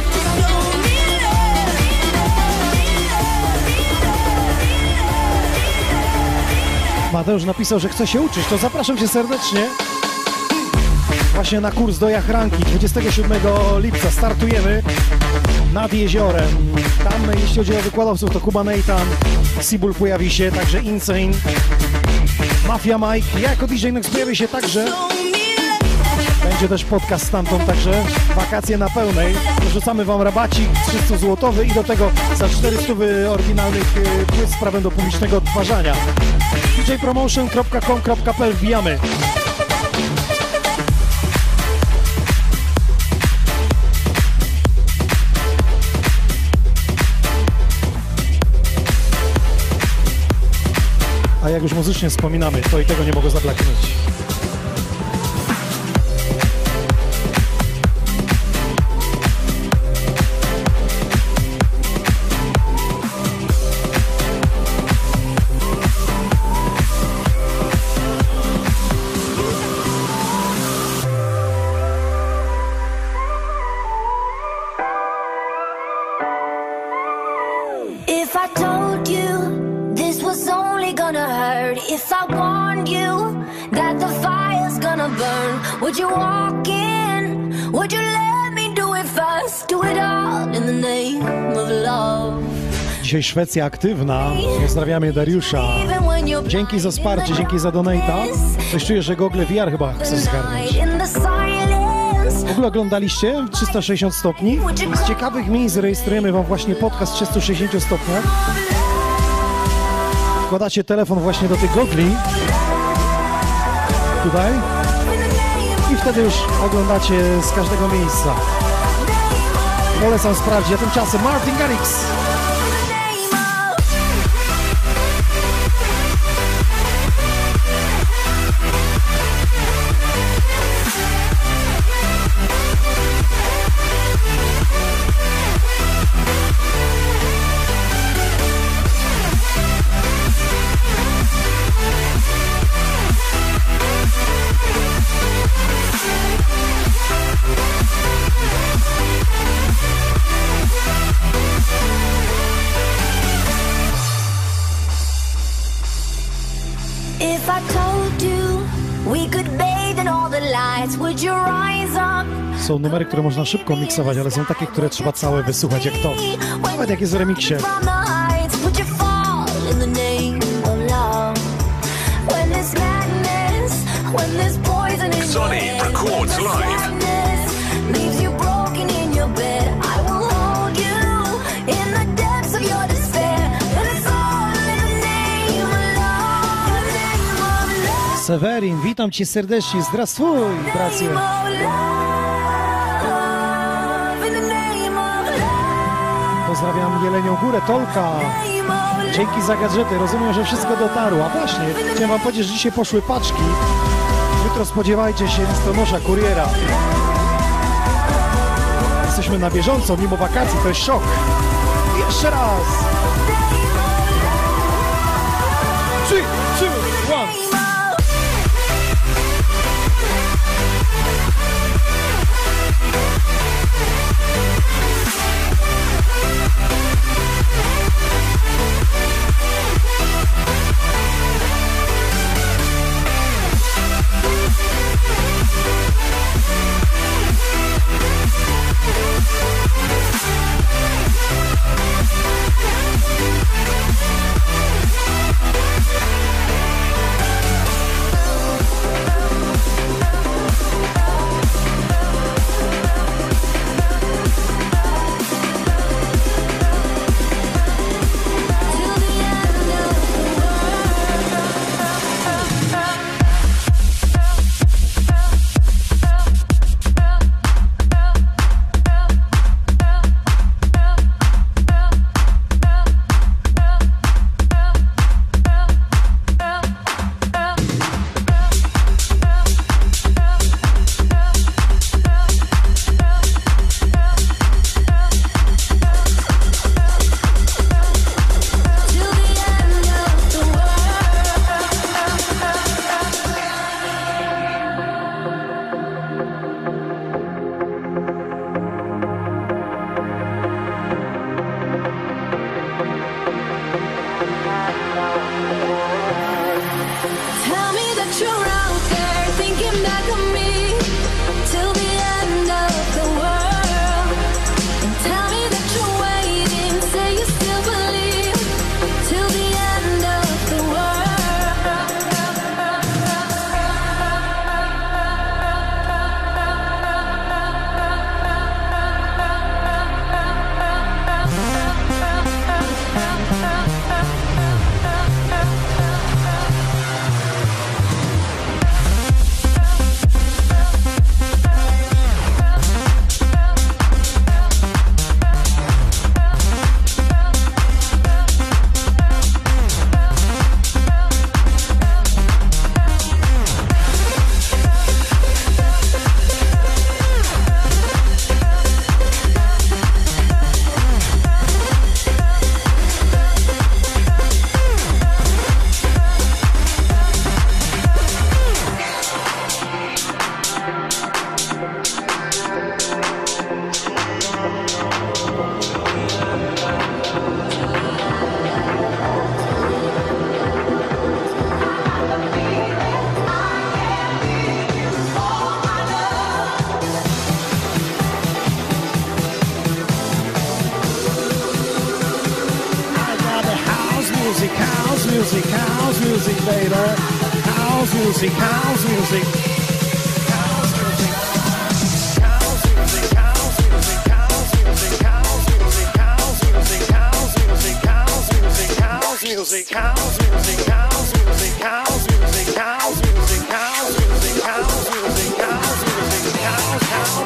Mateusz napisał, że chce się uczyć, to zapraszam cię serdecznie. Właśnie na kurs do Jachranki dwudziestego siódmego lipca startujemy nad jeziorem. Tam, jeśli chodzi o wykładowców, to Kuba Nathan, Sibul pojawi się, także Insane, Mafia Mike, ja jako D J Inox pojawi się także. Będzie też podcast stamtąd, także wakacje na pełnej. Dorzucamy wam rabacik trzysta złotowy i do tego za czterysta oryginalnych płyt z prawem do publicznego odtwarzania. d j promotion kropka com kropka p l wbijamy. A jak już muzycznie wspominamy, to i tego nie mogę zablaknąć. warned you that the fire's gonna burn? Would you walk in? Would you let me do it first? Do it all in the name of love. Dzisiaj Szwecja aktywna. Pozdrawiamy Dariusza. Dzięki za wsparcie, dzięki za donata. Coś czuję, że Google V R chyba chce zgarnąć. W ogóle oglądaliście trzysta sześćdziesiąt stopni? Z ciekawych miejsc rejestrujemy wam właśnie podcast trzysta sześćdziesiąt stopniach. Wkładacie telefon właśnie do tych gogli. Tutaj. I wtedy już oglądacie z każdego miejsca. Polecam sprawdzić, a tymczasem Martin Garrix. Są numery, które można szybko miksować, ale są takie, które trzeba całe wysłuchać, jak to. Nawet jak jest w remiksie. Sonny records live. Severin, witam cię serdecznie, zdrastwuj, bracie. Pozdrawiam Jelenią Górę, Tolka. Dzięki za gadżety, rozumiem, że wszystko dotarło. A właśnie, chciałem wam powiedzieć, że dzisiaj poszły paczki. Jutro spodziewajcie się listonosza, kuriera. Jesteśmy na bieżąco, mimo wakacji, to jest szok. Jeszcze raz. Trzy, trzy, one. music, baby. House music, house music. House music. House music, house music, house music, house music, house music, house music, house music, house music, house music, house music, house music, house music, house music, house music, house music, house house.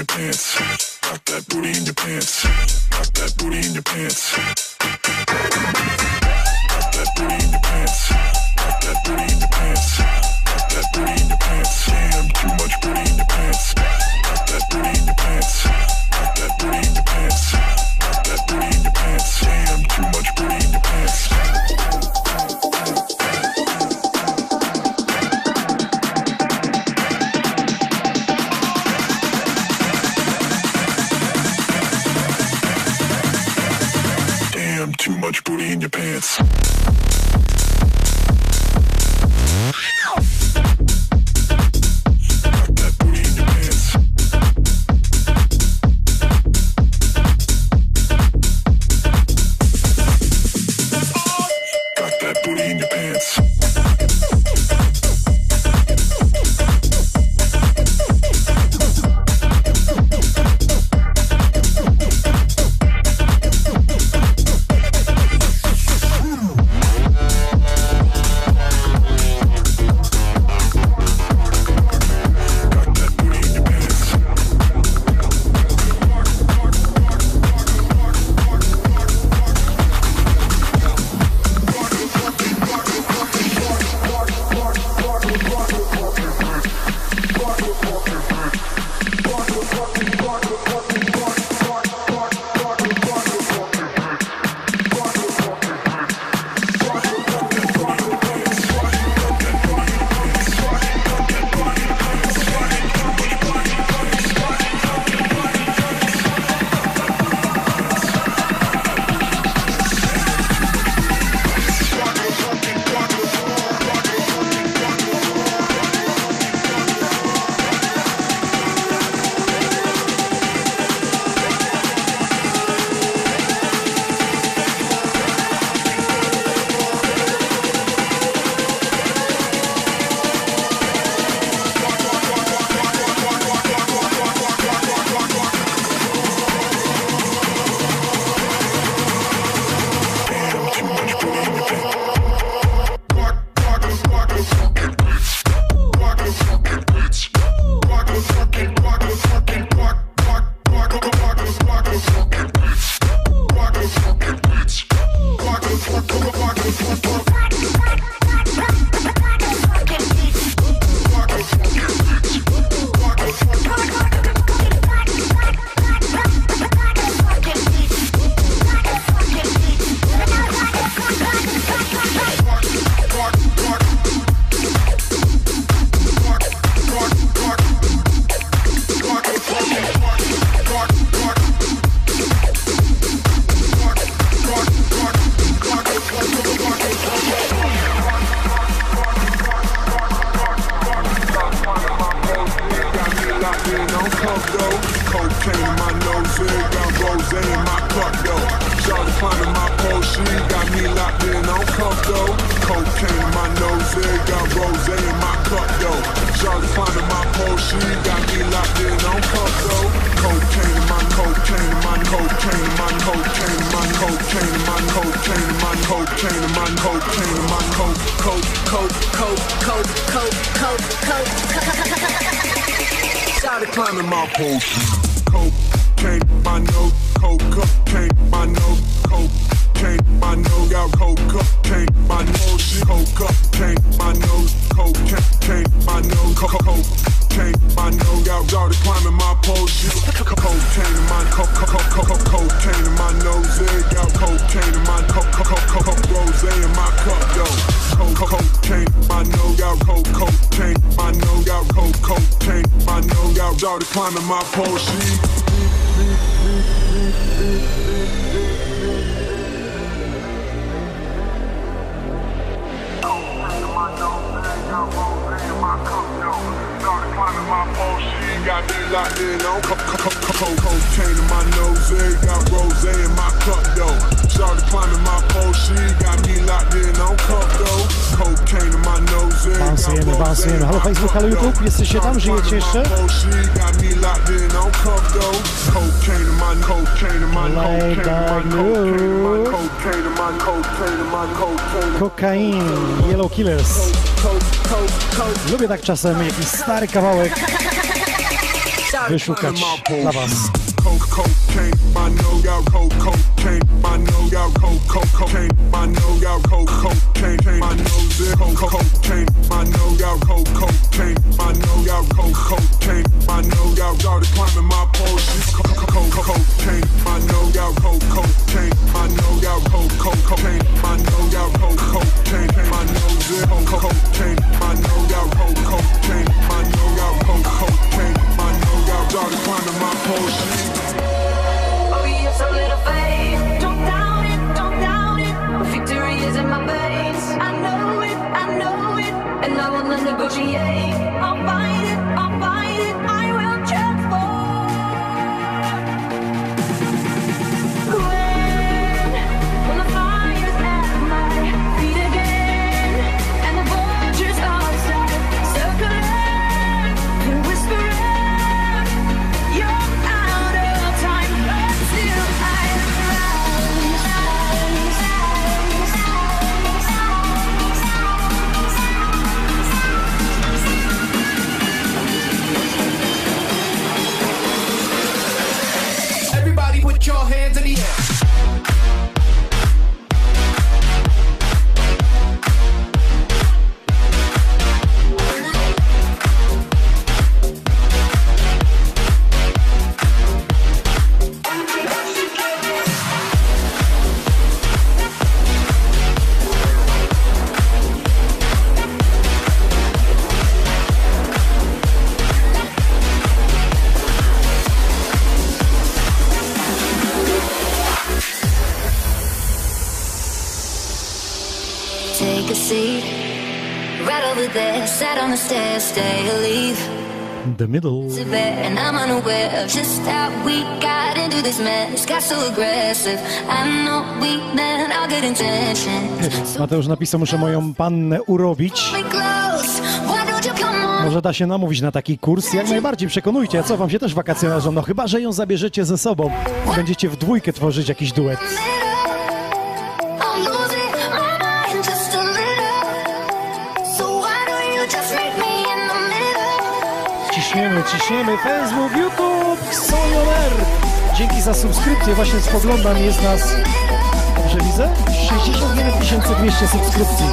your pants. Rock that booty in your pants. Rock that booty in your pants. Rock that booty in your pants. Rock that booty in your pants. Rock that booty in your pants. Damn, too much booty in your pants. Rock that booty in your pants. Rock that booty in your pants. Rock that booty in your pants. Damn, too much booty in your pants. Too much booty in your pants. Got that booty in your pants. Got that booty in your pants. Climbing my pole, she got me locked in on cocaine in my nose, got rose in my cup though. Started climbing my pole, she got me locked in on cup though. Cocaine in my nose, Bounsujemy, bounsujemy. Halo Facebook, halo YouTube, jesteście tam, żyjecie jeszcze? Kokain, Yellow Killers. Lubię tak czasem jakiś stary kawałek wyszukać dla was. Cocaine, I know y'all cold cocaine. I know y'all cold cocaine. I know y'all cold cocaine. I know zero cocaine. I know y'all cold cocaine. I know y'all cold cocaine. I know y'all started climbing my pole. Cold cocaine. I know y'all cold cocaine. I know y'all cold cocaine. I know y'all cold cocaine. I know zero cocaine. I know y'all cold cocaine. I know y'all cold cocaine. I know y'all started climbing my pole. Oh yes, a little faith. Don't doubt it, don't doubt it. Victory is in my veins. I know it, I know it, and I will not negotiate. I'll fight it, I'll fight it. I will transform. When, when the fire's at my feet again, and the vultures outside circling and whispering, you're out of time. Still I rise, rise, Everybody put your hands in the air. Take a seat, right over there. Sat on the stairs, stay or leave. The Middle. To bed, and I'm unaware of just how we got into this mess. Got so aggressive. I know we meant all good intentions. Mateusz napisał, muszę moją pannę urobić. So close. Why don't you come on? Może da się namówić na taki kurs? Jak najbardziej, przekonujcie. Co wam się też wakacjonarzom? No chyba, że ją zabierzecie ze sobą. Będziecie w dwójkę tworzyć jakiś duet. I'm losing my mind just a little. So why don't you just meet me in the middle? Ciśniemy, ciśniemy. Facebook, YouTube, Soniomer. Dzięki za subskrypcję. Właśnie spoglądam, jest nas, dobrze widzę, sześćdziesiąt jeden tysięcy dwieście subskrypcji.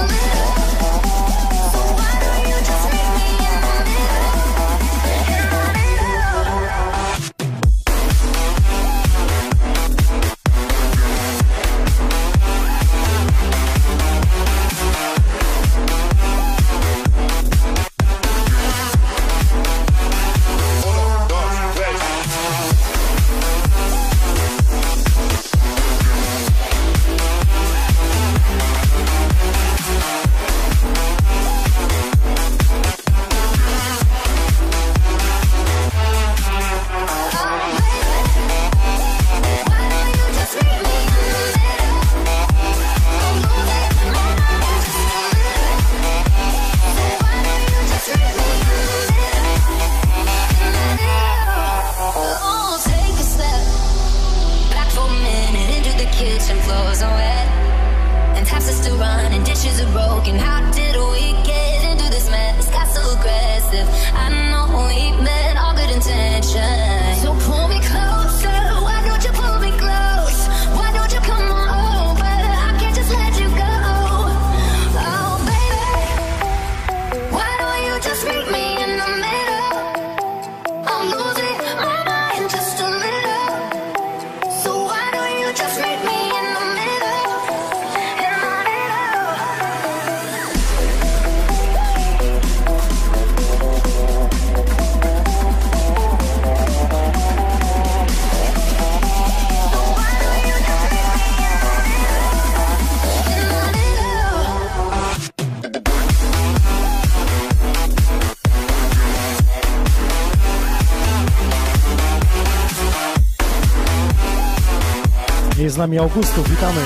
Jest z nami Augustów, witamy.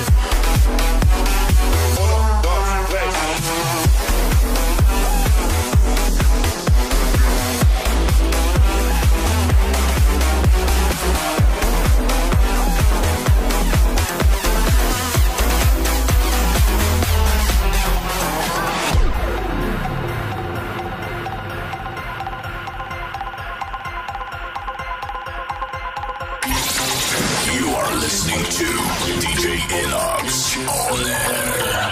You are listening to D J Inox on air.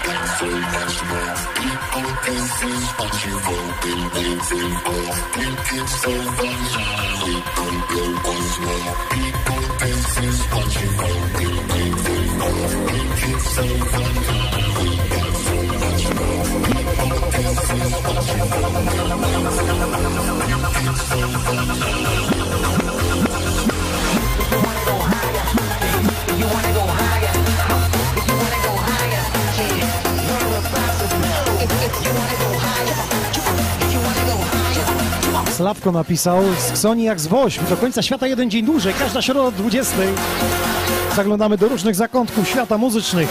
Sławko napisał, z Ksoni jak z Wośm, do końca świata jeden dzień dłużej, każda środa od dwudziestej. Zaglądamy do różnych zakątków świata muzycznych.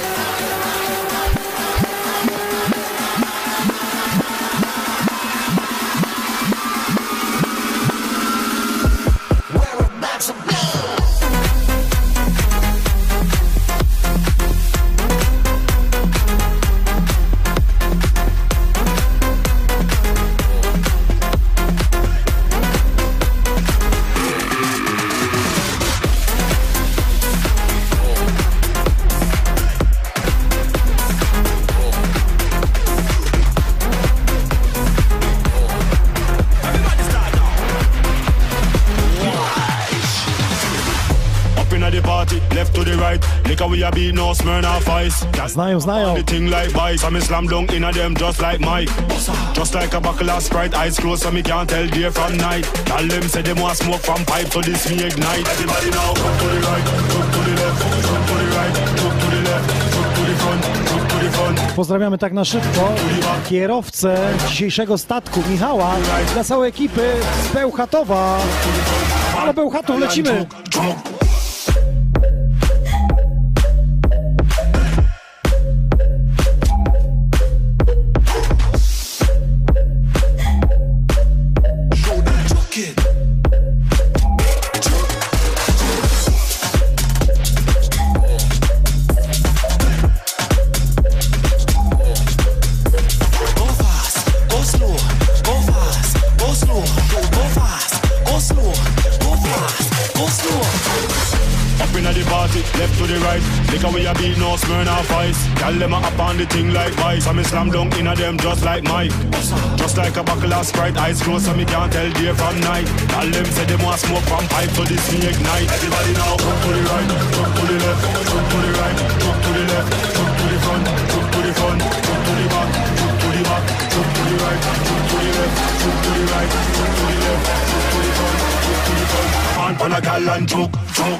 Znają, znają. Just like a buckle of Sprite, eyes closed so me can't tell day from night. Tell them say them want smoke from pipe, so this me ignite. Everybody now, jump to the right, jump to the left, jump to the right, jump to the left, jump to the front, jump to the front. Pozdrawiamy tak na szybko kierowcę dzisiejszego statku, Michała, dla całej ekipy z Bełchatowa. Ale Bełchatów lecimy. Tell them I up on the thing like vice. I'm slam dunk in a them just like Mike. Just like a buckle of Sprite, eyes closed so me can't tell day from night. Tell them say them want smoke from pipe, so this me ignite. Everybody now, jump to the right, jump to the left, jump to the right, jump to the left, jump to the front, jump to the front, jump to the back, jump to the back, jump to the right, jump to the left, jump to the right, jump to the left, jump to the front, jump to the front. On on a gal and choke, choke.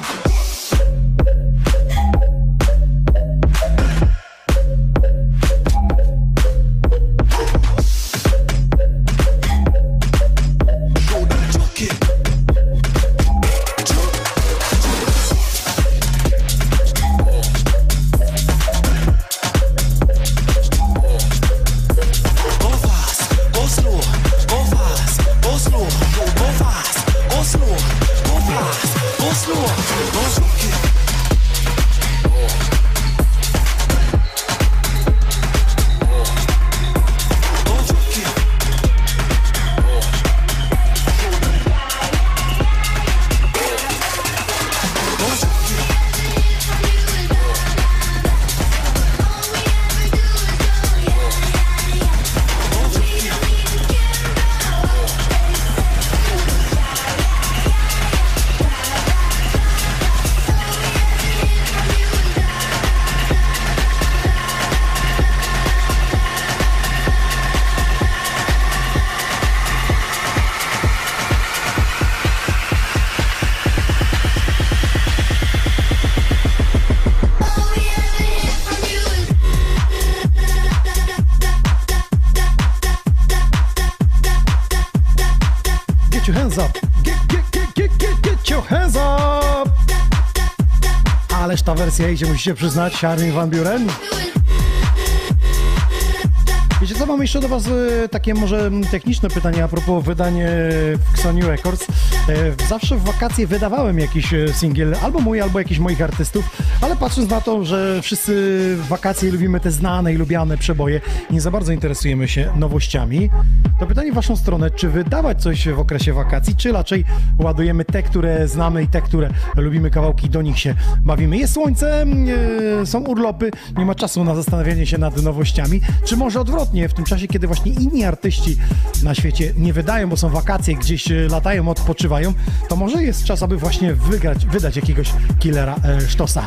Ta wersja idzie, musicie przyznać, Armin van Buuren. Wiecie co, mam jeszcze do was e, takie może techniczne pytanie a propos wydań w Sony Records. E, zawsze w wakacje wydawałem jakiś singiel, albo mój, albo jakiś moich artystów, ale patrząc na to, że wszyscy w wakacje lubimy te znane i lubiane przeboje i nie za bardzo interesujemy się nowościami, to pytanie w waszą stronę, czy wydawać coś w okresie wakacji, czy raczej ładujemy te, które znamy i te, które lubimy, kawałki, do nich się bawimy. Jest słońce, e, są urlopy, nie ma czasu na zastanawianie się nad nowościami, czy może odwrotnie, w tym czasie, kiedy właśnie inni artyści na świecie nie wydają, bo są wakacje, gdzieś latają, odpoczywają, to może jest czas, aby właśnie wygrać, wydać jakiegoś killera e, sztosa.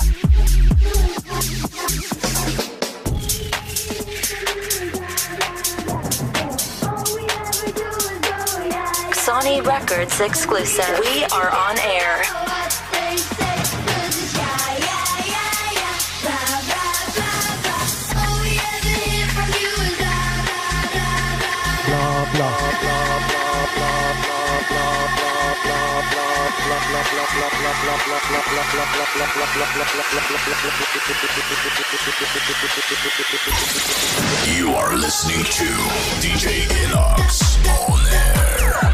Sony Records exclusive. We are on air. Bla, You are listening to D J Inox on air.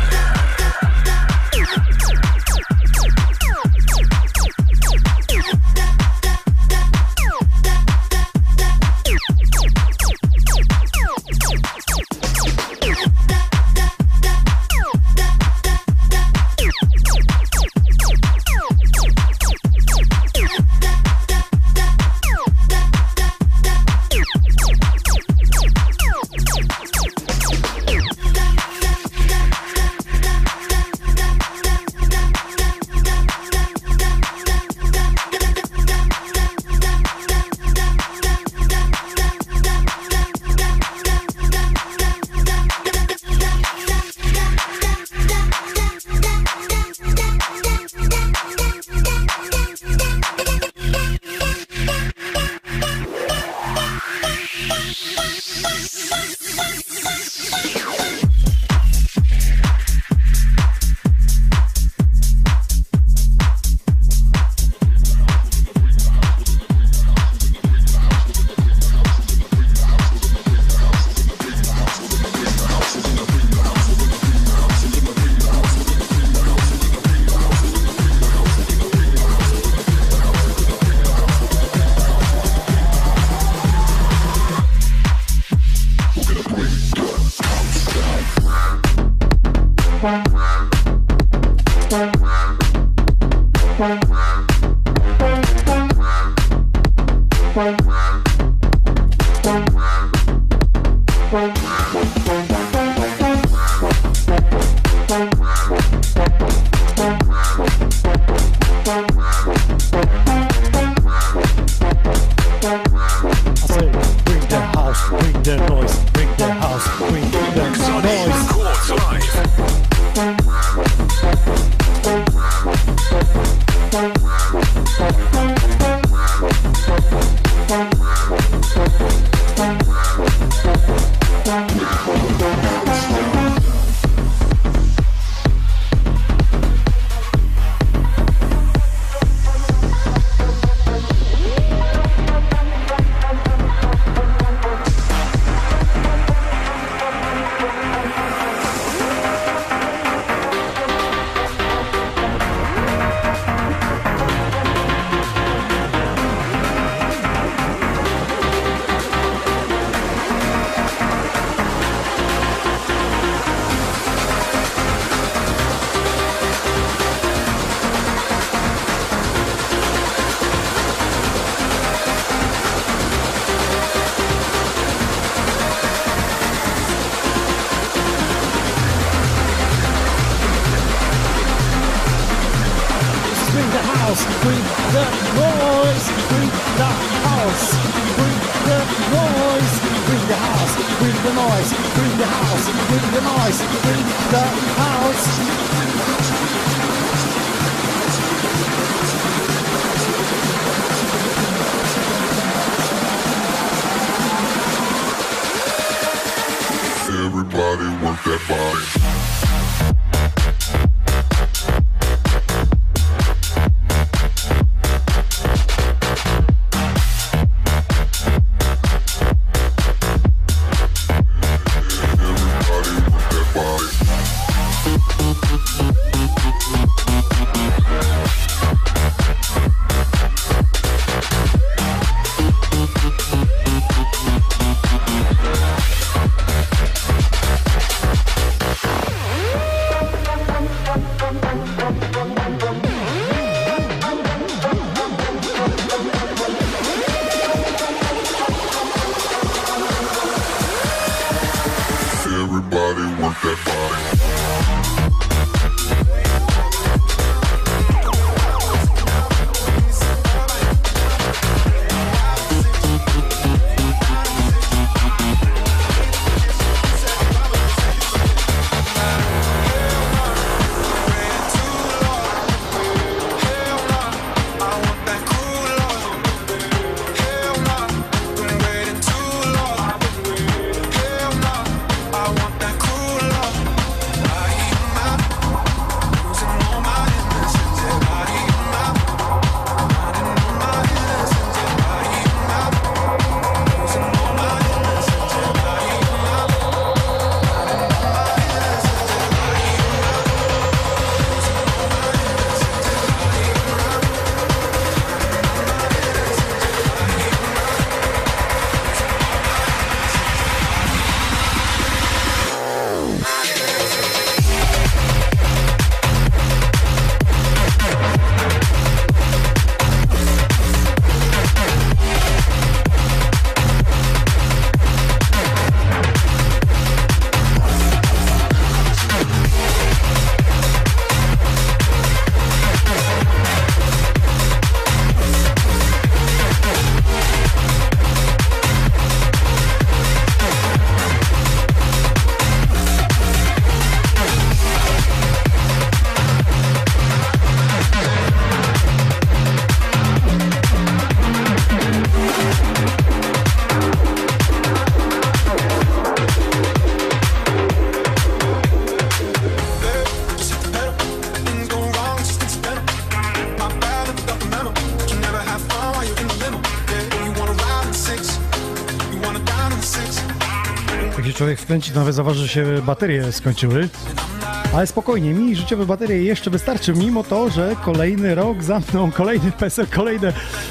człowiek wkręci, to nawet zauważy, że się baterie skończyły. Ale spokojnie, mi życiowe baterie jeszcze wystarczy, mimo to, że kolejny rok za mną, kolejny P E S E L, kolejne,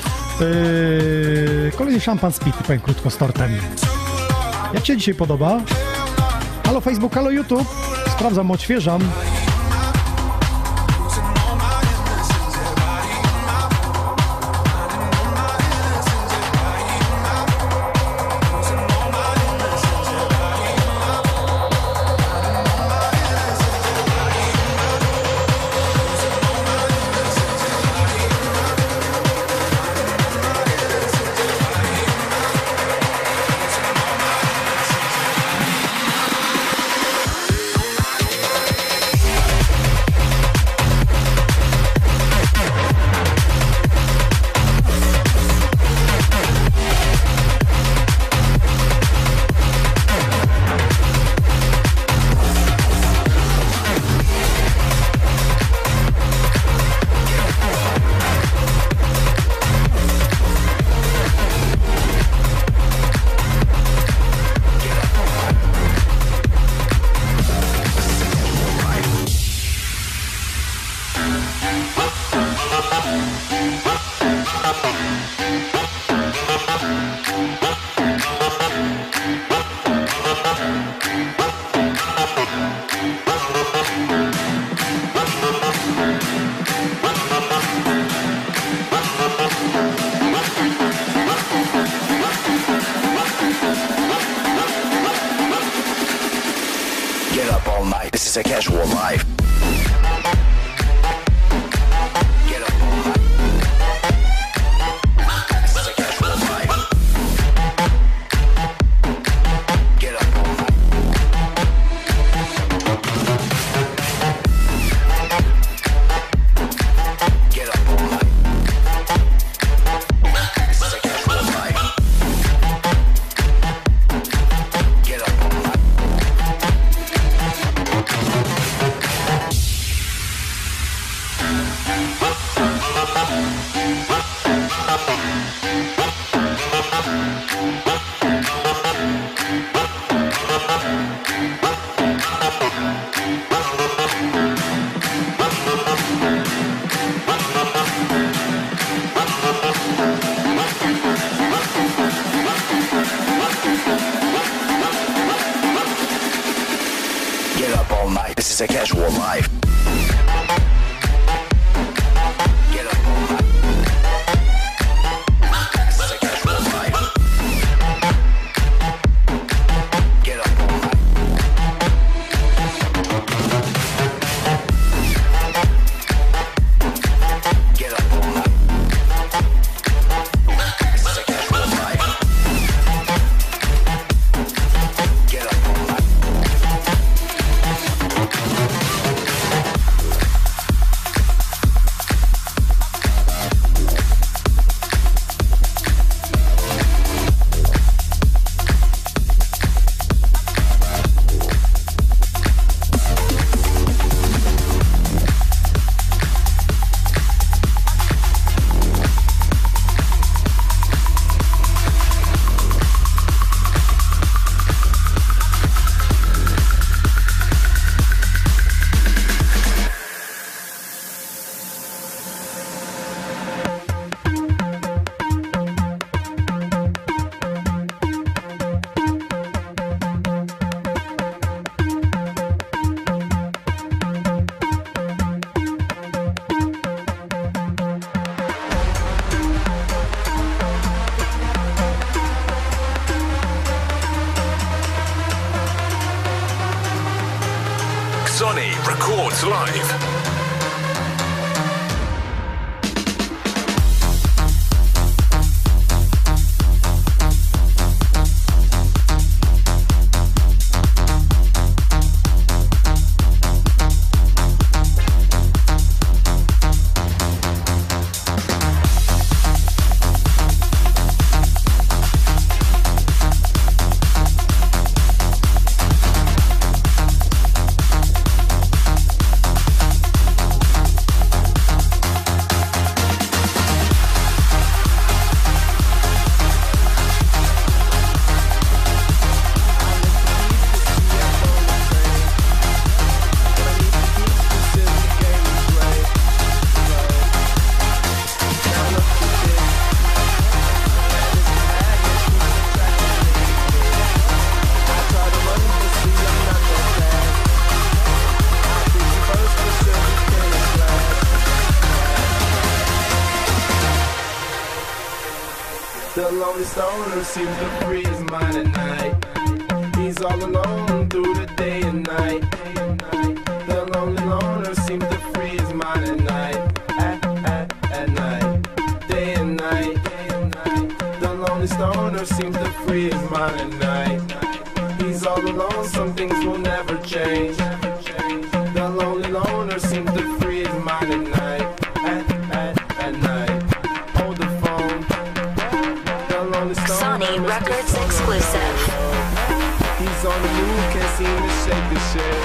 yy, kolejny szampan z pity, powiem krótko, z tortem. Jak Ci dzisiaj podoba? Halo Facebook, halo YouTube. Sprawdzam, odświeżam. It's a casual life. It's a casual life. Get up all night. It's a casual life. Get up all night. Get up all night. It's a casual life. Get up all night. Sonny records live. lonely stoner seems to free his mind at night. He's all alone through the day and night. The lonely loner seems to free his mind at night. At, at, at night. Day and night. The lonely stoner seems to free his mind at night. He's all alone, some things will never change. The lonely loner seems to free his mind at night. At, at, at night. Hold the phone. The lonely stoner Sony Records exclusive. He's on the move, can't seem to shake the shit.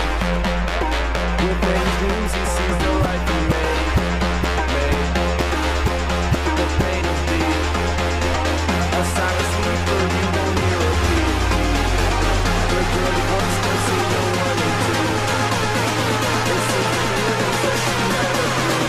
Within his dreams, he sees the life he made. Made. The pain is deep. A silent sleeper, you won't hear a beat. The dirty voice can see no one to do. It's a feeling that she never knew.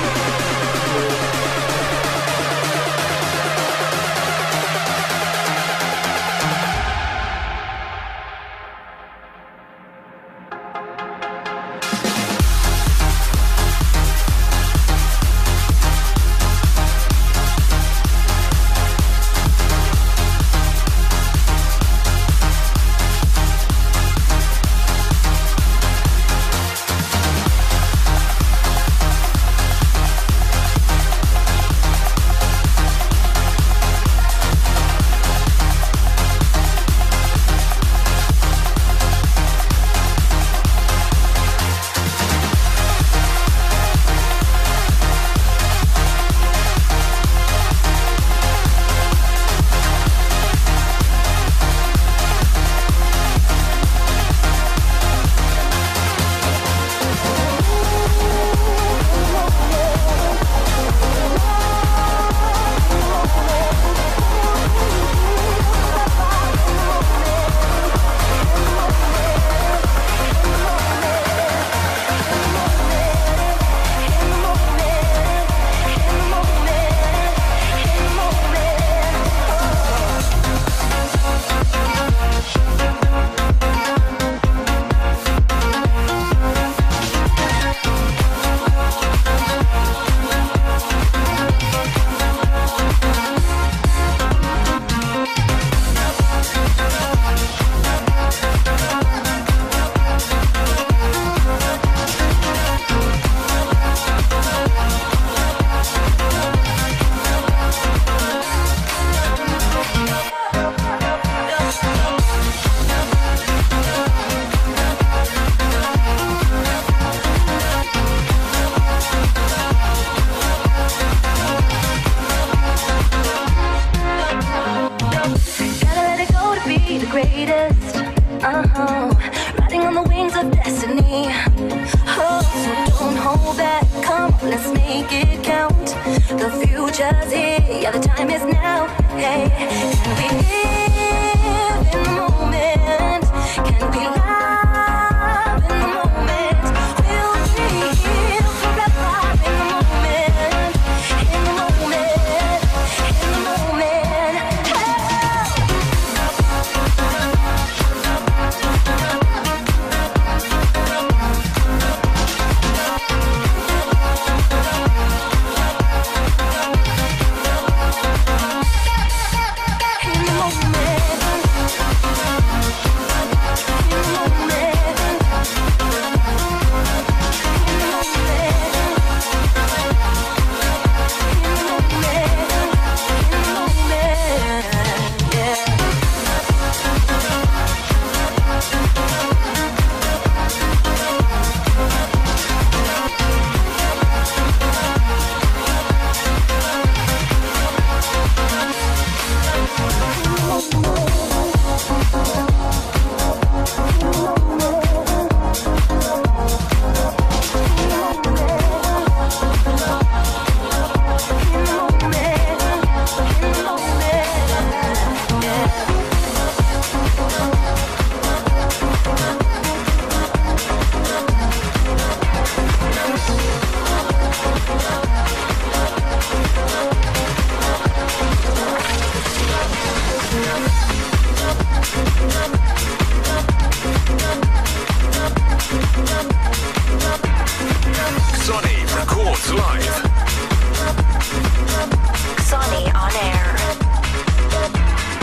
Sony on air.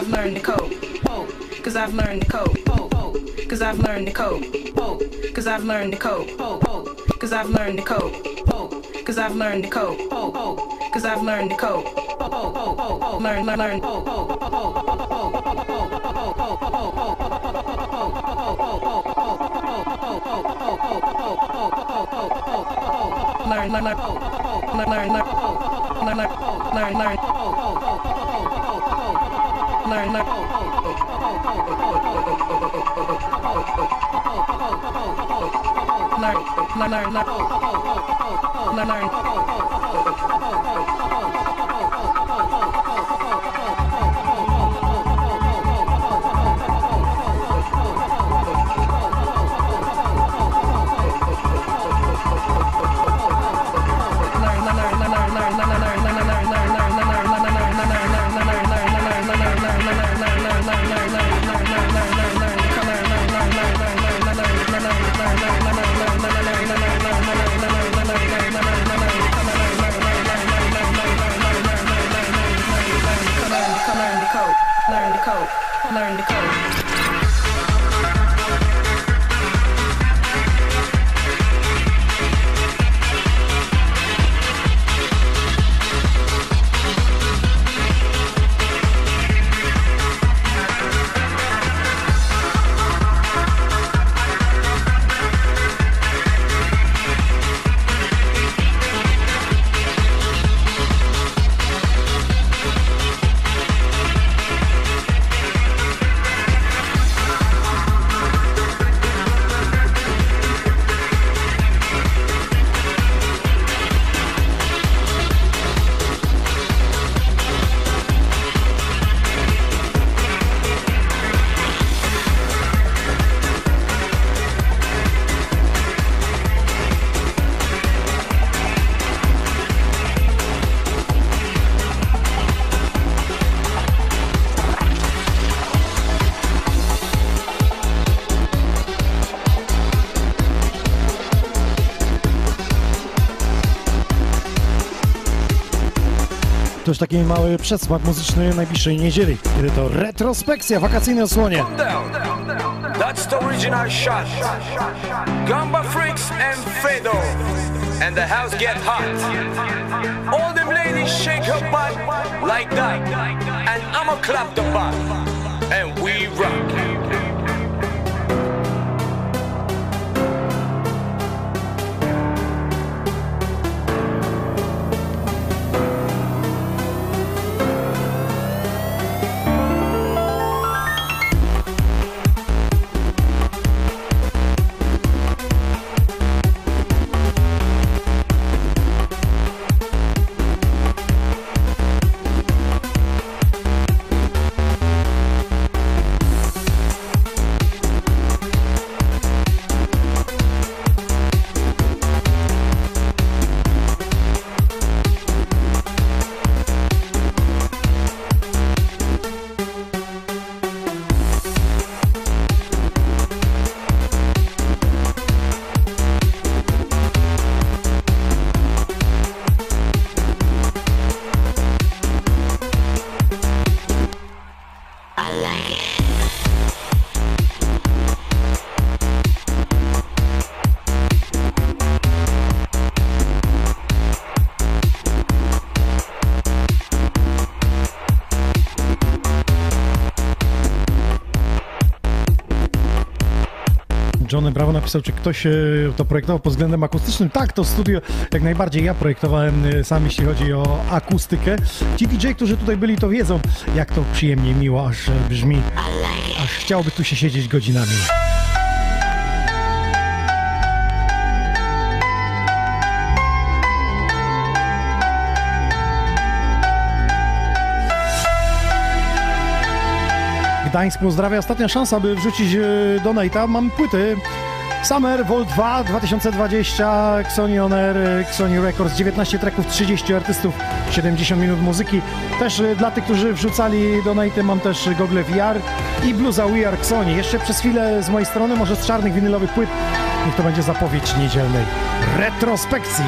I've learned to cope. Cause I've learned to cope. Cause I've learned to cope. Cause I've learned to cope. Cause I've learned to cope. Cause I've learned to cope. Cause I've learned to cope. Learn, learn, learn. Learn, learn, learn. Learn, learn, learn. Learn, learn, learn, learn. Learn, learn. Learn, learn, learn, learn. Learn, learn. Learn to cope. To już taki mały przedsmak muzyczny najbliższej niedzieli, kiedy to retrospekcja, wakacyjne odsłonie. That's the original shot. Gamba Freaks and Fedo. And the house get hot. All them ladies shake her butt like that. And I'ma clap the butt. And we rock. Johnny Bravo napisał, czy ktoś to projektował pod względem akustycznym. Tak, to studio jak najbardziej ja projektowałem sam, jeśli chodzi o akustykę. Ci D J, którzy tutaj byli, to wiedzą, jak to przyjemnie, miło aż brzmi. Aż chciałoby tu się siedzieć godzinami. Gdańsk pozdrawia. Ostatnia szansa, by wrzucić donate'a. Mam płyty Summer Vol dwa dwa tysiące dwadzieścia, Xoni On Air, Xoni Records, dziewiętnaście tracków, trzydzieści artystów, siedemdziesiąt minut muzyki. Też dla tych, którzy wrzucali donate'y, mam też gogle V R i bluza We Are Xoni. Jeszcze przez chwilę z mojej strony, może z czarnych winylowych płyt. Niech to będzie zapowiedź niedzielnej retrospekcji.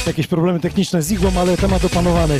Jakieś problemy techniczne z igłą, ale temat opanowany.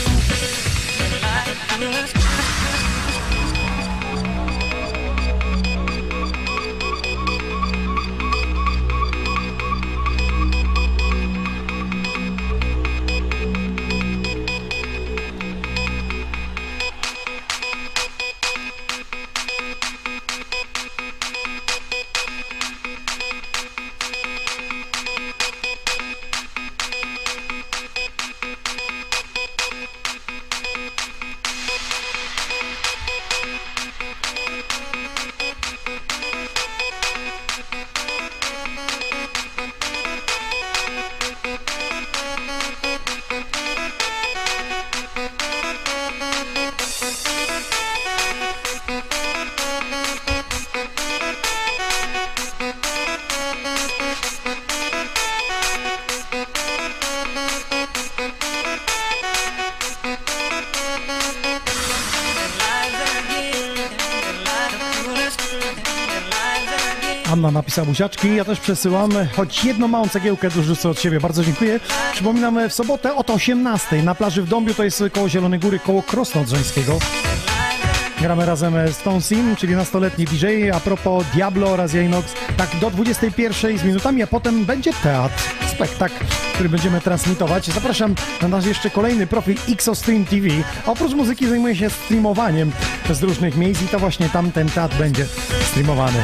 Anna napisała buziaczki, ja też przesyłam, choć jedną małą cegiełkę dorzucę od siebie, bardzo dziękuję. Przypominamy w sobotę od osiemnastej na plaży w Dąbiu, to jest koło Zielonej Góry, koło Krosna Odrzańskiego. Gramy razem z Tonsim, czyli nastoletni D J, a propos Diablo oraz Jainox, tak do dwudziestej pierwszej z minutami, a potem będzie teatr, spektakl, który będziemy transmitować. Zapraszam na nasz jeszcze kolejny profil Xostream T V, a oprócz muzyki zajmuję się streamowaniem z różnych miejsc i to właśnie tam ten teatr będzie streamowany.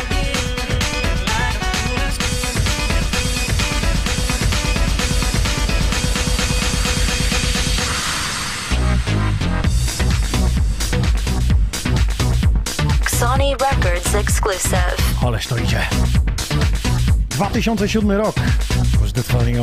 Sony Records exclusive. Ależ to idzie. dwa tysiące siódmy rok. Was the falling on.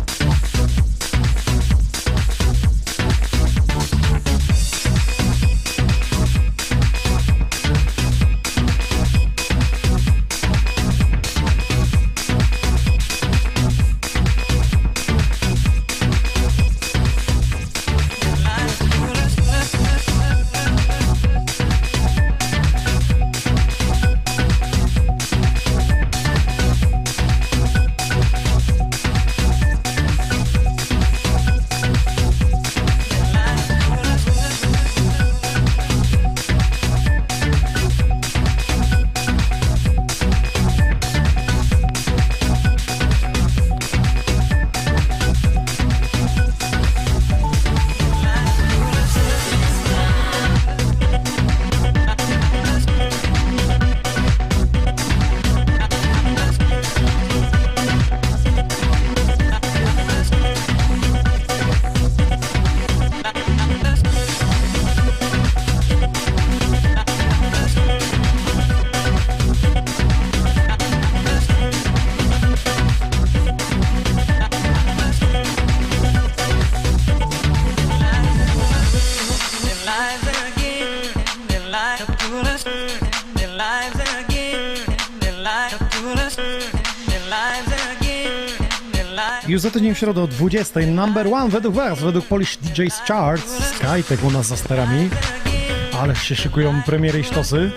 Już za tydzień w środę o dwudziestej number one według was, według Polish D J's Charts. Skytek u nas za sterami. Ależ się szykują premiery i sztosy.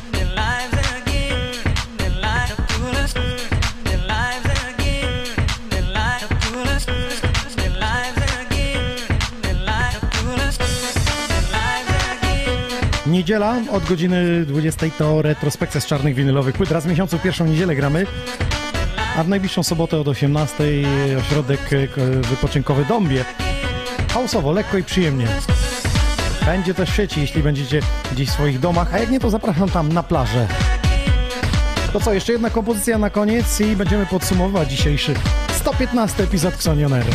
Niedziela od godziny dwudziestej to retrospekcja z czarnych winylowych płyt. Raz w miesiącu pierwszą niedzielę gramy. A w najbliższą sobotę od osiemnastej ośrodek wypoczynkowy Dąbie. House'owo, lekko i przyjemnie. Będzie też w sieci, jeśli będziecie gdzieś w swoich domach, a jak nie, to zapraszam tam na plażę. To co, jeszcze jedna kompozycja na koniec i będziemy podsumowywać dzisiejszy sto piętnasty epizod Xoni On Air.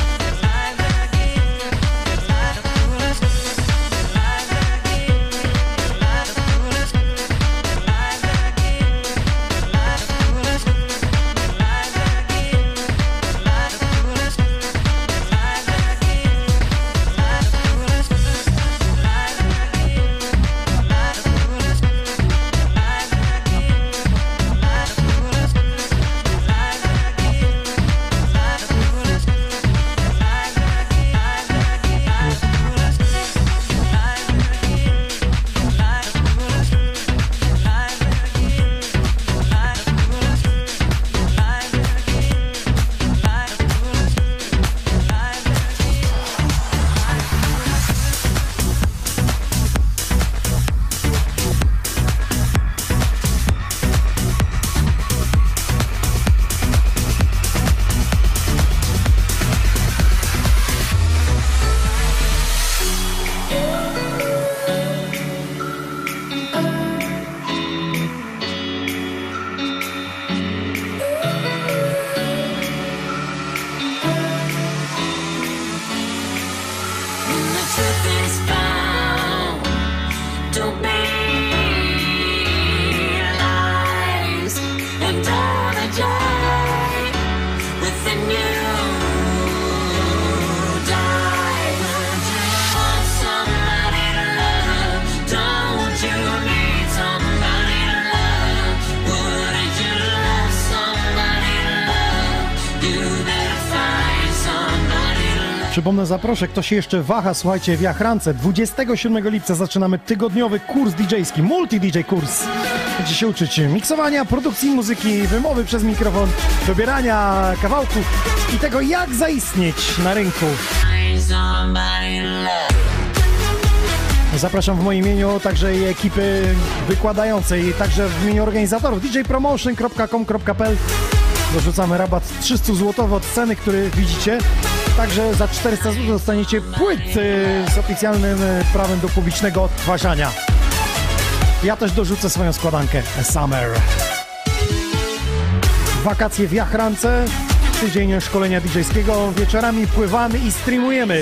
Przypomnę, zaproszę, kto się jeszcze waha, słuchajcie, w Jachrance dwudziestego siódmego lipca zaczynamy tygodniowy kurs didżejski, multi-D J kurs. Będzie się uczyć miksowania, produkcji muzyki, wymowy przez mikrofon, dobierania kawałków i tego, jak zaistnieć na rynku. Zapraszam w moim imieniu, także i ekipy wykładającej, także w imieniu organizatorów d j promotion kropka com kropka p l. Dorzucamy rabat trzysta złotych od ceny, który widzicie. Także za czterysta złotych dostaniecie płyt z oficjalnym prawem do publicznego odtwarzania. Ja też dorzucę swoją składankę Summer. Wakacje w Jachrance, tydzień szkolenia didżejskiego, wieczorami pływamy i streamujemy.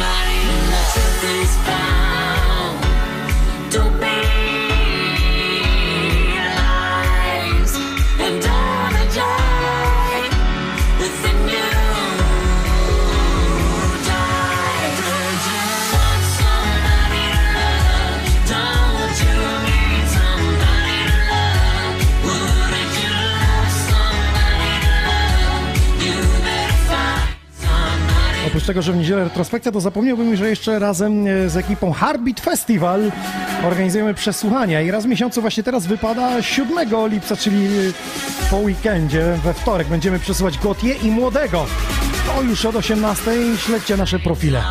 Oprócz tego, że w niedzielę retrospekcja, to zapomniałbym, że jeszcze razem z ekipą Heartbeat Festival organizujemy przesłuchania i raz w miesiącu właśnie teraz wypada siódmego lipca, czyli po weekendzie, we wtorek będziemy przesuwać Gotię i Młodego. To już od osiemnastej, śledźcie nasze profile.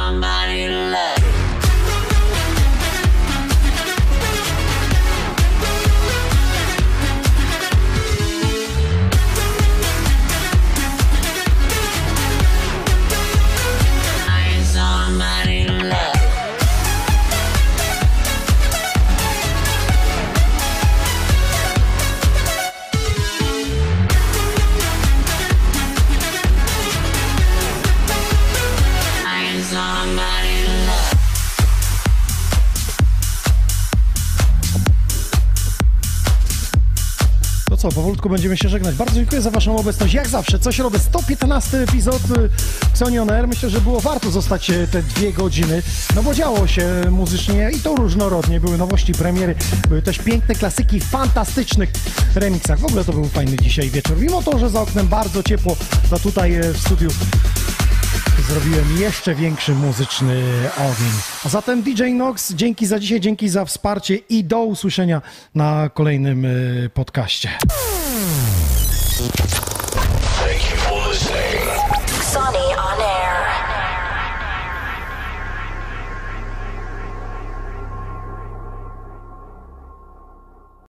Co, powolutku będziemy się żegnać. Bardzo dziękuję za waszą obecność. Jak zawsze, coś robię. sto piętnasty epizod Xoni On Air. Myślę, że było warto zostać te dwie godziny, no bo działo się muzycznie i to różnorodnie. Były nowości, premiery, były też piękne klasyki w fantastycznych remixach. W ogóle to był fajny dzisiaj wieczór. Mimo to, że za oknem bardzo ciepło, to tutaj w studiu zrobiłem jeszcze większy muzyczny ogień. A zatem D J Nox, dzięki za dzisiaj, dzięki za wsparcie i do usłyszenia na kolejnym podcaście.